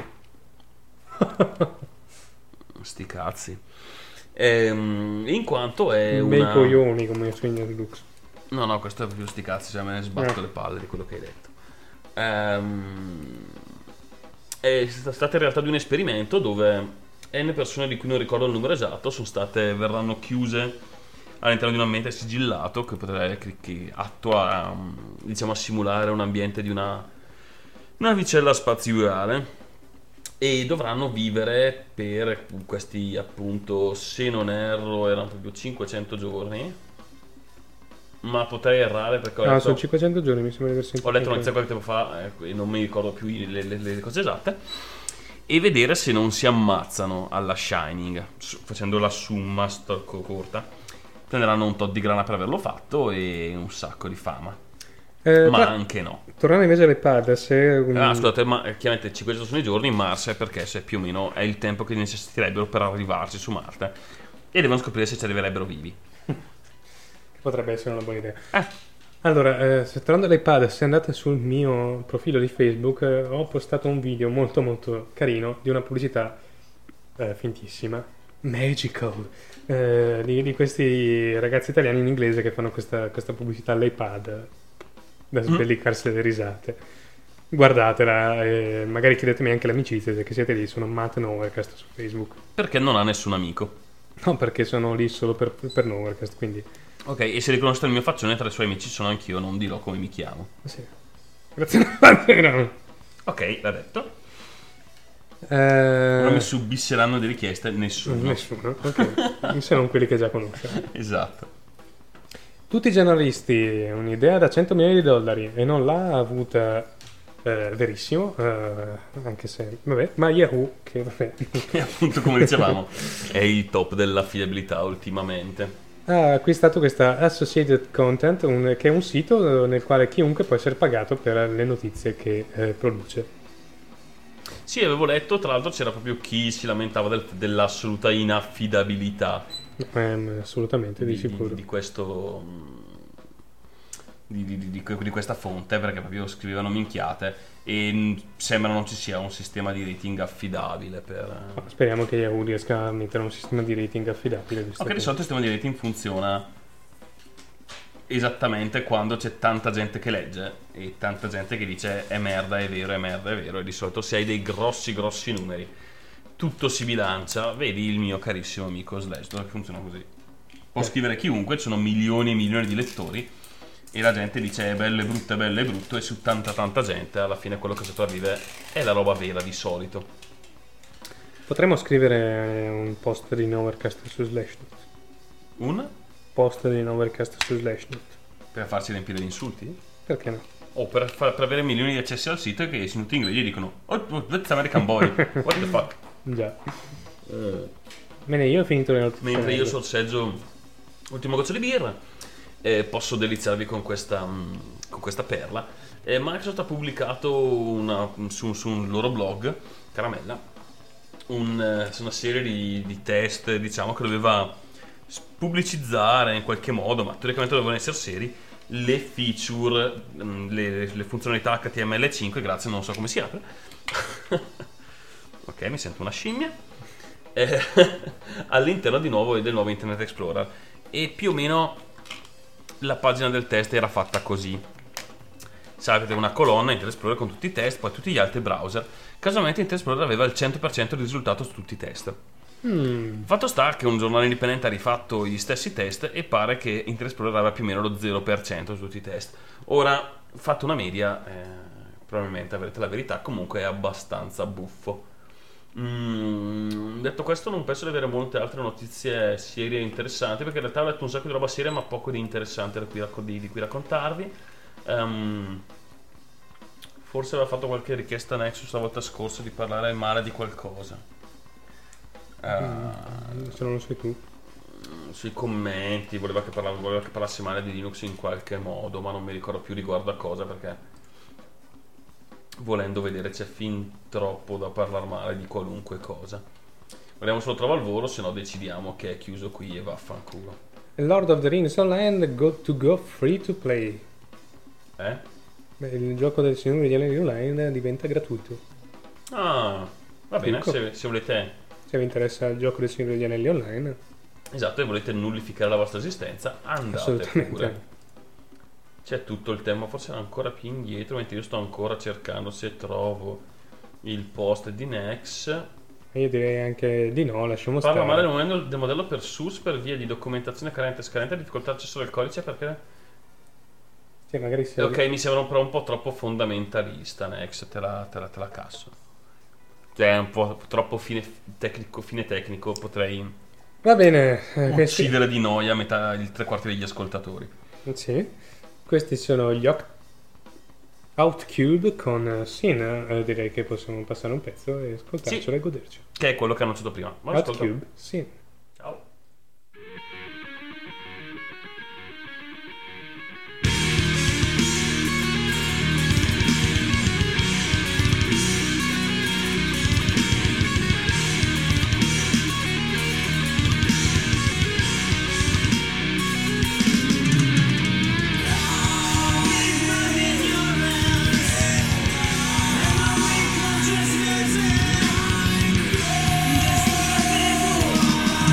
Sti cazzi. Ehm, in quanto è Bei una... coglioni come Senior Lux. No, no, questo è proprio sti cazzi, cioè me ne sbatto Eh. le palle di quello che hai detto. Ehm, è stata in realtà di un esperimento dove N persone di cui non ricordo il numero esatto sono state, verranno chiuse all'interno di un ambiente sigillato che potrebbe, che, che attua, diciamo, a simulare un ambiente di una navicella spaziale, e dovranno vivere per questi, appunto, se non erro erano proprio cinquecento giorni, ma potrei errare perché ho Ah, letto, sono cinquecento giorni, mi sembra di aver sentito. ho letto una notizia qualche tempo fa eh, e non mi ricordo più le, le- le cose esatte, e vedere se non si ammazzano alla Shining, su- facendo la summa sto- co- corta. Prenderanno un tot di grana per averlo fatto e un sacco di fama, Eh, ma tra- anche no. Tornando invece alle pad, se... Ah, scusate, ma eh, chiaramente cinquecento sono i giorni, Mars è perché se più o meno è il tempo che necessiterebbero per arrivarci su Marte, e devono scoprire se ci arriverebbero vivi. Potrebbe essere una buona idea. Eh. Allora, eh, se tornando all'iPad, se andate sul mio profilo di Facebook, eh, ho postato un video molto molto carino di una pubblicità eh, fintissima, magical, eh, di, di questi ragazzi italiani in inglese che fanno questa, questa pubblicità all'iPad da sbellicarsi le risate. Guardatela e magari chiedetemi anche l'amicizia, se che siete lì, sono Matt Novercast su Facebook. Perché non ha nessun amico. No, perché sono lì solo per, per Novercast, quindi... Ok, e se riconoscete il mio faccione, tra i suoi amici sono anch'io, non dirò come mi chiamo. Sì. Grazie a Ok, l'ha detto. Eh... Non mi subisseranno di richieste nessuno. Nessuno, ok. Se non quelli che già conoscono. Esatto. Tutti i giornalisti, un'idea da cento milioni di dollari e non l'ha avuta, eh, verissimo, eh, anche se, vabbè, ma Yahoo, che vabbè, E appunto, come dicevamo, è il top dell'affidabilità ultimamente. ha acquistato questa Associated Content, un- che è un sito nel quale chiunque può essere pagato per le notizie che eh, produce. Sì, avevo letto, tra l'altro c'era proprio chi si lamentava del- dell'assoluta inaffidabilità Ehm, assolutamente, di, di, sicuro. di, di questo mm, di, di- di- di- di questa fonte, perché proprio scrivevano minchiate e mm, sembra non ci sia un sistema di rating affidabile per... Ma speriamo che Yahoo riesca a mettere un sistema di rating affidabile. visto Ok, di che- solito il sistema di rating funziona esattamente quando c'è tanta gente che legge e tanta gente che dice è merda, è vero, è merda, è vero, e di solito se hai dei grossi grossi numeri tutto si bilancia. Vedi il mio carissimo amico Slashdog, funziona così. Può scrivere chiunque, ci sono milioni e milioni di lettori e la gente dice è bello, è brutto, è bello, è brutto, e su tanta tanta gente alla fine quello che sopravvive è la roba vera di solito. Potremmo scrivere un post di Novercast su Slashdot. Un? Post di Novercast su Slashdot. Per farci riempire di insulti? Perché no? O per, fa- per avere milioni di accessi al sito che in tutti inglesi dicono oh, oh, that's American boy, what the fuck. Già. Bene, io ho finito le notizie. Mentre io sorseggio ultimo goccio di birra, eh, posso deliziarvi con questa, mh, con questa perla. Eh, Microsoft ha pubblicato una, su, su un loro blog, Caramella, un, eh, su una serie di, di test, diciamo, che doveva s- pubblicizzare in qualche modo, ma teoricamente dovevano essere seri, le feature, mh, le, le funzionalità H T M L cinque, grazie, non so come si apre. Ok, mi sento una scimmia. Eh, all'interno di nuovo del nuovo Internet Explorer, e più o meno la pagina del test era fatta così. Sapete, una colonna Internet Explorer con tutti i test, poi tutti gli altri browser. Casualmente Internet Explorer aveva il cento per cento di risultato su tutti i test. Mm. Fatto sta che un giornale indipendente ha rifatto gli stessi test e pare che Internet Explorer aveva più o meno lo zero per cento su tutti i test. Ora, fatto una media, eh, probabilmente avrete la verità, comunque è abbastanza buffo. Mm, detto questo, non penso di avere molte altre notizie serie e interessanti, perché in realtà ho letto un sacco di roba seria ma poco di interessante da cui racco- di, di cui raccontarvi. Ehm, forse aveva fatto qualche richiesta Nexus la volta scorsa di parlare male di qualcosa. Eh, Mm, se non lo sai tu. sui commenti voleva che, parlava, voleva che parlassi male di Linux in qualche modo, ma non mi ricordo più riguardo a cosa, perché volendo vedere c'è fin troppo da parlare male di qualunque cosa. Vediamo se lo trovo al volo, se no decidiamo che è chiuso qui e vaffanculo. Lord of the Rings Online go to go free to play. Eh? Beh, il gioco del Signore degli Anelli Online diventa gratuito. Ah, va bene, Ecco. se, se volete, Se vi interessa il gioco del Signore degli Anelli Online, esatto, e volete nullificare la vostra esistenza, andate assolutamente. pure. C'è tutto il tema, forse ancora più indietro, mentre io sto ancora cercando se trovo il post di Nex. E io direi anche di no, lasciamo Parla stare. male del modello, del modello per SUS per via di documentazione carente e scadente, difficoltà accesso al codice perché... Sì, magari se... Ok, mi sembra però un po' troppo fondamentalista Nex, te la, te la, te la casso. Cioè è un po' troppo fine tecnico, fine tecnico, potrei Va bene. eh, questi... uccidere di noia metà, il tre quarti degli ascoltatori. Sì. Questi sono gli Oct- Outcube con eh, Sin. Eh, direi che possiamo passare un pezzo e ascoltarcelo Sì. e goderci. Che è quello che ho annunciato prima. Buon ascolto. Outcube, Sin. Ciao. Just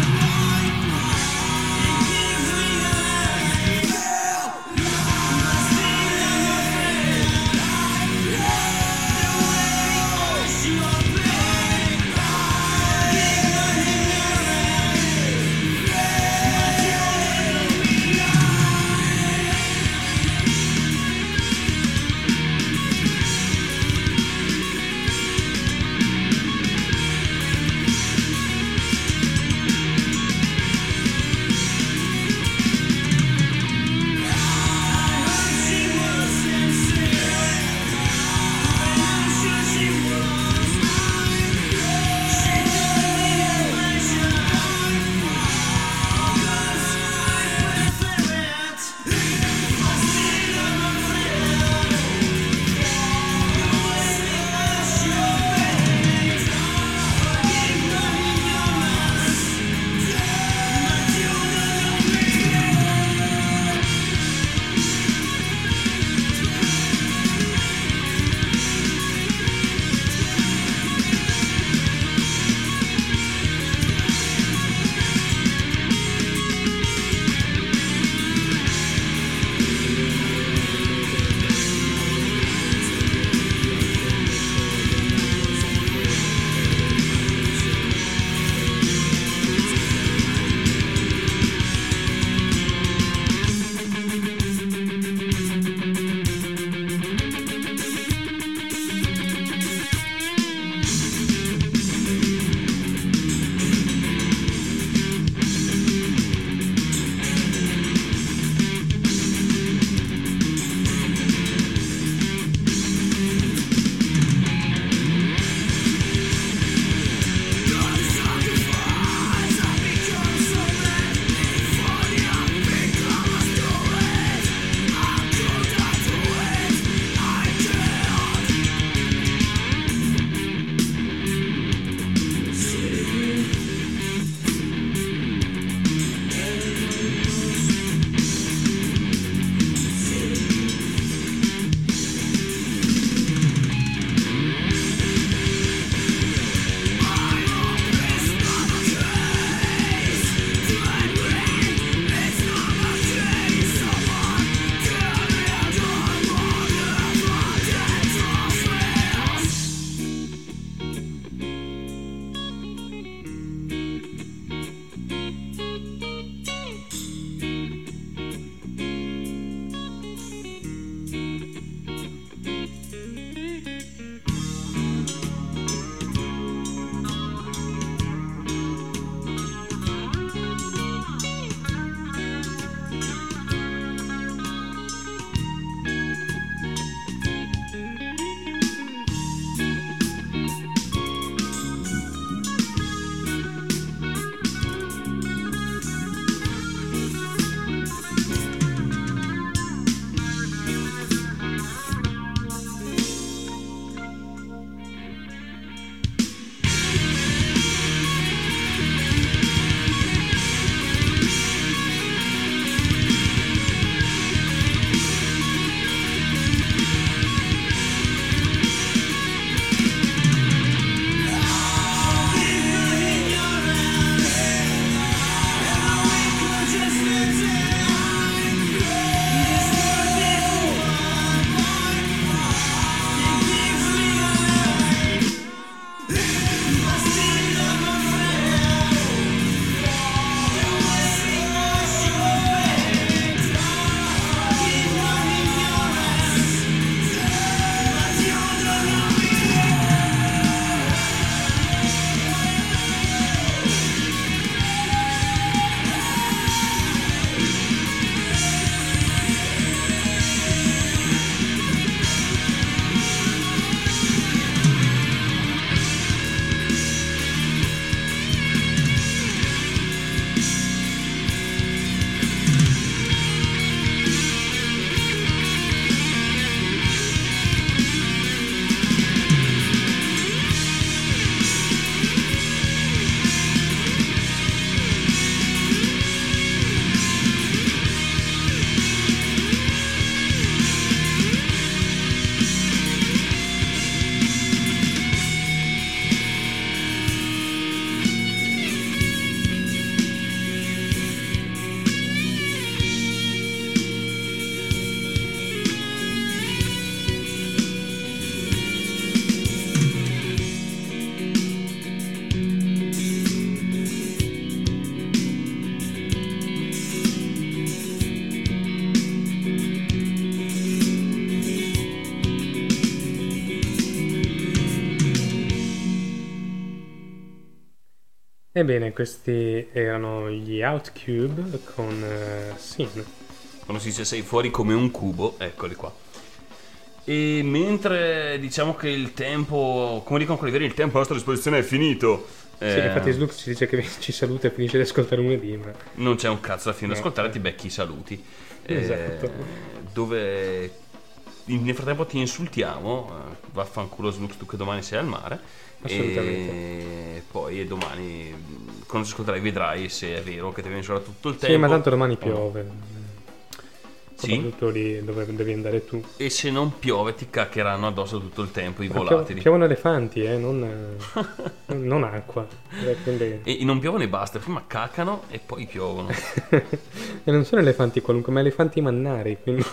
Ebbene, questi erano gli Outcube con uh, Sin. Quando si dice sei fuori come un cubo, eccoli qua. E mentre diciamo che il tempo, come dicono quelli veri, il tempo a nostra disposizione è finito. Sì, eh, infatti Slux ci dice che ci saluta e finisce di ascoltare lunedì, ma non c'è un cazzo da finire no. di ascoltare, ti becchi i saluti. Esatto. Eh, dove nel frattempo ti insultiamo, eh, vaffanculo Slux, tu che domani sei al mare. Assolutamente. E poi domani, quando ci ascolterai, vedrai se è vero che devi insultare tutto il tempo. Sì, ma tanto domani piove. Sì? Soprattutto lì dove devi andare tu. E se non piove ti caccheranno addosso tutto il tempo i Ma volatili. Piovono elefanti, eh, non, non acqua. Quindi... E non piovono e basta, prima cacano e poi piovono. E non sono elefanti qualunque, ma elefanti mannari. Quindi...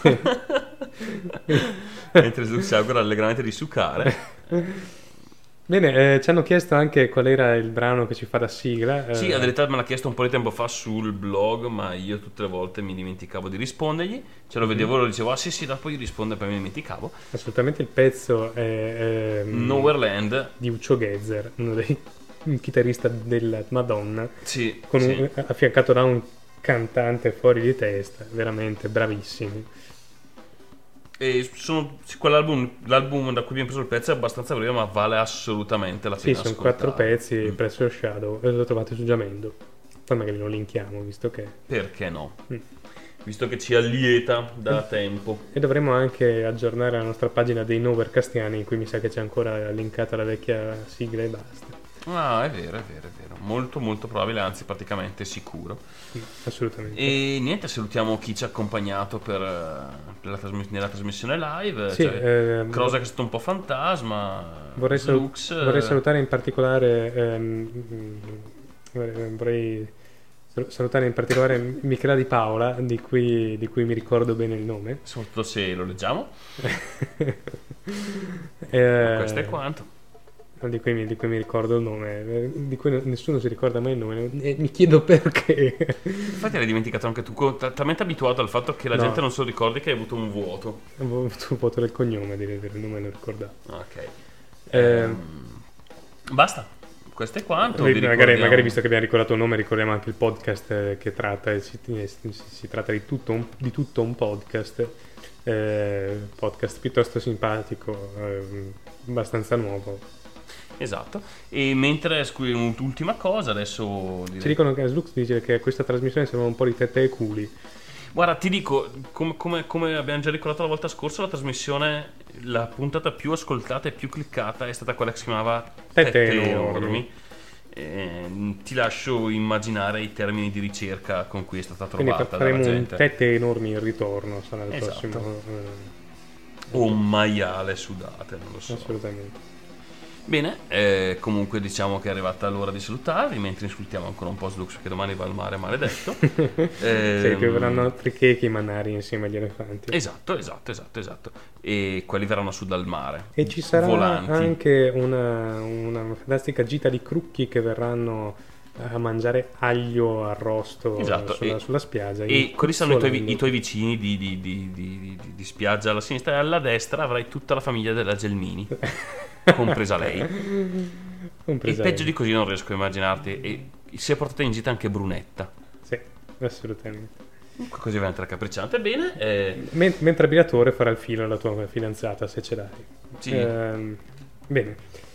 Mentre Slux si augura allegramente di succare. Bene, eh, ci hanno chiesto anche qual era il brano che ci fa da sigla. Eh... Sì, la verità me l'ha chiesto un po' di tempo fa sul blog, ma io tutte le volte mi dimenticavo di rispondergli. Ce lo vedevo, lo dicevo, ah sì sì, dopo gli risponde, poi mi dimenticavo. Assolutamente, il pezzo è... è Nowhere Land di Uccio Gezer, uno dei un chitarrista della Madonna. Sì, con sì. Un, affiancato da un cantante fuori di testa, veramente bravissimi. E sono, quell'album, l'album da cui abbiamo preso il pezzo è abbastanza breve, ma vale assolutamente la pena. Sì, sono ascoltare. quattro pezzi, mm. Presso Shadow, e lo trovate su Jamendo. Poi magari lo linkiamo, visto che... Perché no? Mm. Visto che ci allieta da mm. tempo. E dovremo anche aggiornare la nostra pagina dei Nowhere Castiani, in cui mi sa che c'è ancora linkata la vecchia sigla e basta. Ah, è vero, è vero, è vero. Molto, molto probabile, anzi praticamente sicuro. Mm, assolutamente. E niente, salutiamo chi ci ha accompagnato per, per la trasmiss- nella trasmissione live. Sì, cioè, eh, Crosa che è stato un po' fantasma. Vorrei, salu- Slux, vorrei salutare in particolare ehm, vorrei salutare in particolare Michela Di Paola, di cui, di cui mi ricordo bene il nome. Soprattutto se lo leggiamo. eh, Questo è quanto. Di cui, mi, di cui mi ricordo il nome, di cui nessuno si ricorda mai il nome, e mi chiedo perché. Infatti l'hai dimenticato anche tu, t- talmente abituato al fatto che la no. gente non se lo ricordi che hai avuto un vuoto. Avevo avuto un vuoto del cognome, direi, il nome non ricordavo. Ok. Eh, Ehm, basta. Questo è quanto. Vi magari, ricordiamo- magari visto che abbiamo ricordato il nome, ricordiamo anche il podcast eh, che tratta, si, si, si tratta di tutto un, di tutto un podcast, eh, podcast piuttosto simpatico, eh, abbastanza nuovo. Esatto. E mentre, scusi, un'ultima cosa, adesso direi... Ci dicono che Slux dice che questa trasmissione sembra un po' di tette e culi. Guarda, ti dico, com- come, come abbiamo già ricordato la volta scorsa, la trasmissione, la puntata più ascoltata e più cliccata è stata quella che si chiamava Tette Tette enormi. enormi. Eh, ti lascio immaginare i termini di ricerca con cui è stata Quindi trovata faremo dalla un gente. tette enormi in ritorno, sarà il Esatto. prossimo. Eh, O maiale sudate, non lo so. assolutamente. Bene, eh, comunque diciamo che è arrivata l'ora di salutarvi, mentre insultiamo ancora un po' Slux perché domani va al mare maledetto. Sì, Ehm, pioveranno altri chechi mannari insieme agli elefanti. Esatto, esatto, esatto, esatto. E quelli verranno su dal mare. E ci sarà volanti. anche una, una fantastica gita di crucchi che verranno a mangiare aglio arrosto Esatto, sulla, e- sulla spiaggia. E quelli saranno i tuoi, Solendo. i tuoi vicini di, di- di- di- di- di spiaggia alla sinistra, e alla destra avrai tutta la famiglia della Gelmini, compresa lei. Compresa E peggio lei. di così non riesco a immaginarti. E si è portata in gita anche Brunetta. Sì, assolutamente. Così veramente raccapricciante. Bene, eh, Men- mentre Abiratore farà il filo alla tua fidanzata, se ce l'hai. sì. Ehm, bene.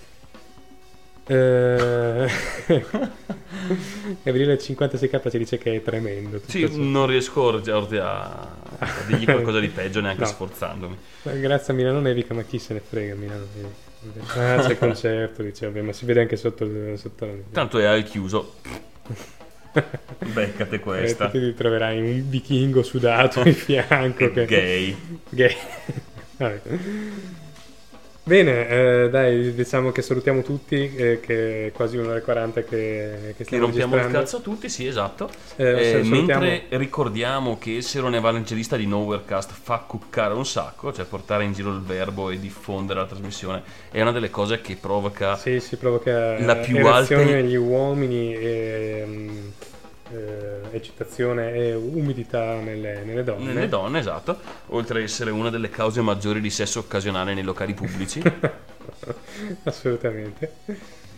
Eh... Gabriele cinquantasei K ci dice che è tremendo. tutto Sì, ciò. non riesco orgi- orgi a, a dirgli qualcosa di peggio neanche No. sforzandomi. Ma grazie a Milano Nevica, ma chi se ne frega Milano Nevica? Ah, c'è il concerto, dice, vabbè, ma si vede anche sotto, sotto la... Tanto è al chiuso. Beccate Eh, questa. tu ti troverai un vichingo sudato in fianco che... Gay. Gay. Vabbè. Bene, eh, dai, diciamo che salutiamo tutti, eh, che è quasi un'ora e quaranta che, che Che stiamo rompiamo il registrando. cazzo a tutti, sì, esatto. Eh, Eh, salutiamo- mentre ricordiamo che essere un evangelista di Nowherecast fa cuccare un sacco, cioè portare in giro il verbo e diffondere la trasmissione è una delle cose che provoca Sì, si provoca La più erezione alta- negli uomini e mm, eh, eccitazione e umidità nelle, nelle donne. nelle donne, esatto, oltre a essere una delle cause maggiori di sesso occasionale nei locali pubblici. Assolutamente.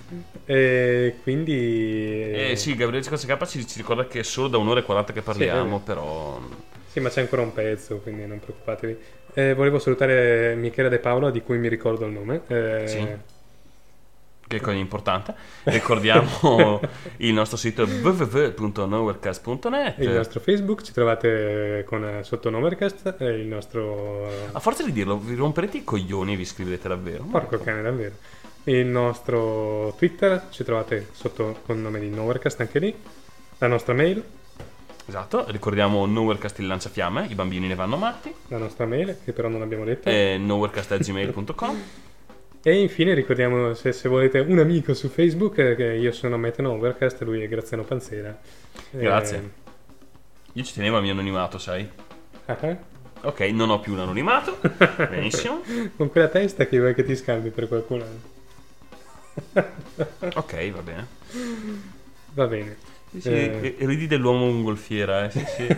E quindi... Eh sì, Gabriele C K ci, ci ricorda che è solo da un'ora e quaranta che parliamo, Sì, però... Sì, ma c'è ancora un pezzo, quindi non preoccupatevi. Eh, volevo salutare Michele De Paola, di cui mi ricordo il nome. Eh, Sì. Che è importante. Ricordiamo il nostro sito w w w punto nowherecast punto net. Il nostro Facebook, ci trovate con, eh, sotto Nowherecast, e il nostro... A forza di dirlo, vi romperete i coglioni e vi scriverete davvero. Porco cane, davvero. Il nostro Twitter, ci trovate sotto con il nome di Nowherecast anche lì. La nostra mail, Esatto, ricordiamo Nowherecast il lanciafiamme, i bambini ne vanno matti. la nostra mail, che però non abbiamo detto. E nowherecast at gmail punto com. E infine ricordiamo, se, se volete un amico su Facebook, eh, che io sono Matt Nowherecast, lui è Graziano Panzera. Grazie. Io ci tenevo al mio anonimato, sai? Eh, ah, Ok, non ho più l'anonimato. Benissimo. con quella testa che vuoi che ti scambi per qualcun altro. Ok, va bene. Va bene. Sì, sì, Eh. e- ridi dell'uomo mongolfiera, eh? Sì, sì.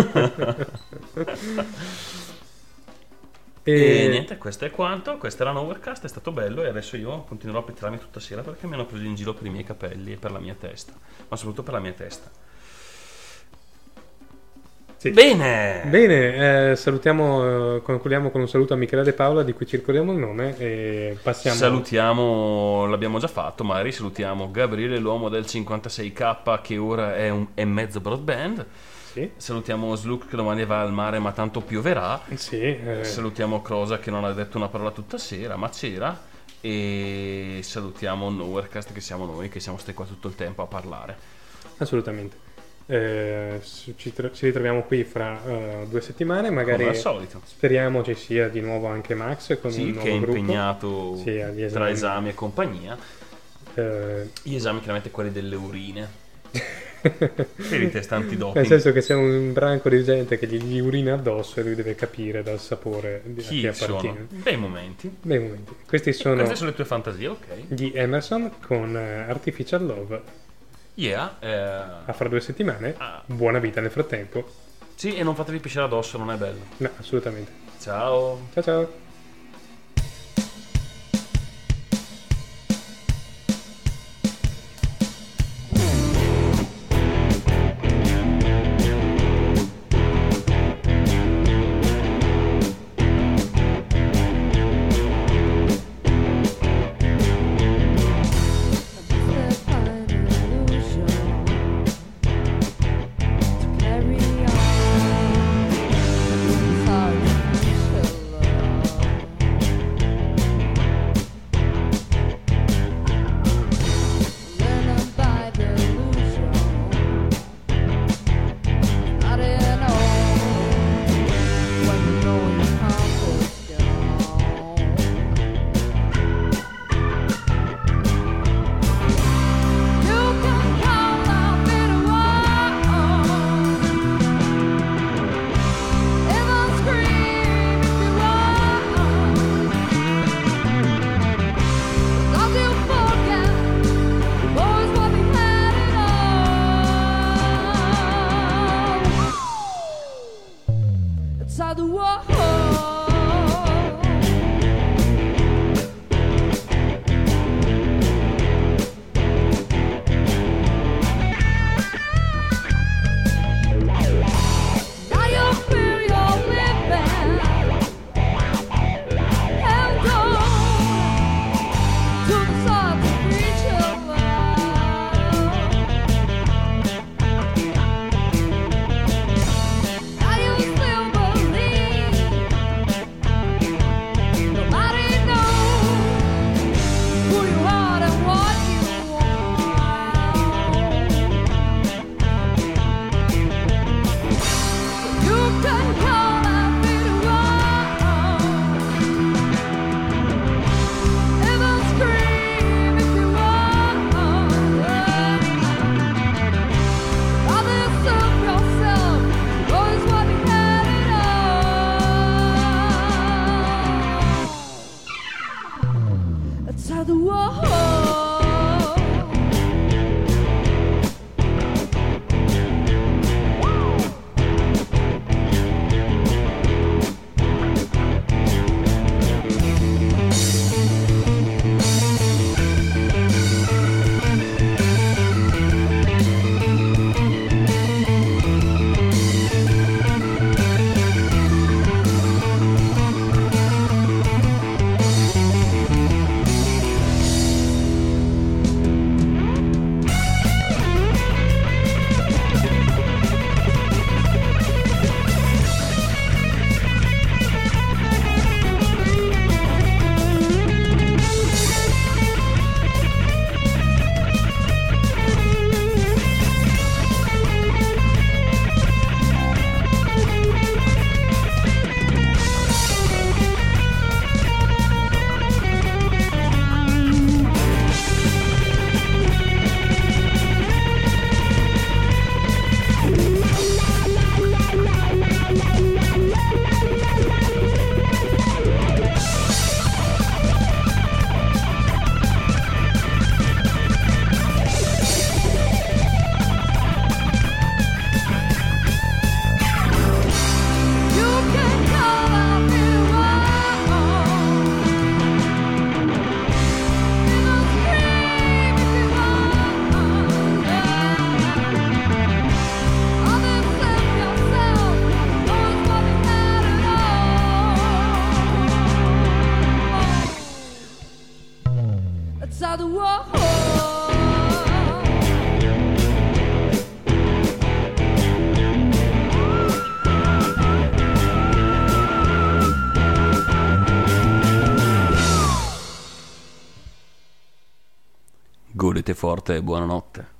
E, E niente, questo è quanto. Questa era Nowherecast, è stato bello. E adesso io continuerò a pettinarmi tutta sera perché mi hanno preso in giro per i miei capelli e per la mia testa. Ma soprattutto per la mia testa. Sì. Bene! Bene, eh, salutiamo, eh, concludiamo con un saluto a Michele De Paola, di cui ci ricordiamo il nome, e passiamo... Salutiamo, l'abbiamo già fatto, ma risalutiamo Gabriele, l'uomo del cinquantasei K, che ora è, un, è mezzo broadband. Sì, Salutiamo Sluk, che domani va al mare, ma tanto pioverà. sì, eh, Salutiamo Crosa, che non ha detto una parola tutta sera, ma c'era. E salutiamo Nowherecast, che siamo noi, che siamo stati qua tutto il tempo a parlare. assolutamente. Eh, ci, tro- ci ritroviamo qui fra eh, due settimane, magari Come al solito. speriamo ci sia di nuovo anche Max con un Sì, nuovo che è gruppo. impegnato Sì, agli esami. tra esami e compagnia. Eh, Gli esami chiaramente quelli delle urine. Per i test antidoping. nel senso che c'è un branco di gente che gli, gli urina addosso e lui deve capire dal sapore di a chi Chi sono? appartiene. Bei momenti. Bei momenti. Questi sono Queste sono le tue fantasie, ok. gli Emerson con eh, Artificial Love. Yeah. eh, A fra due settimane. Ah. Buona vita nel frattempo. Sì, e non fatevi pisciare addosso, non è bello. No, assolutamente. Ciao. Ciao ciao. Carry on, artificial love. Godete forte e buonanotte.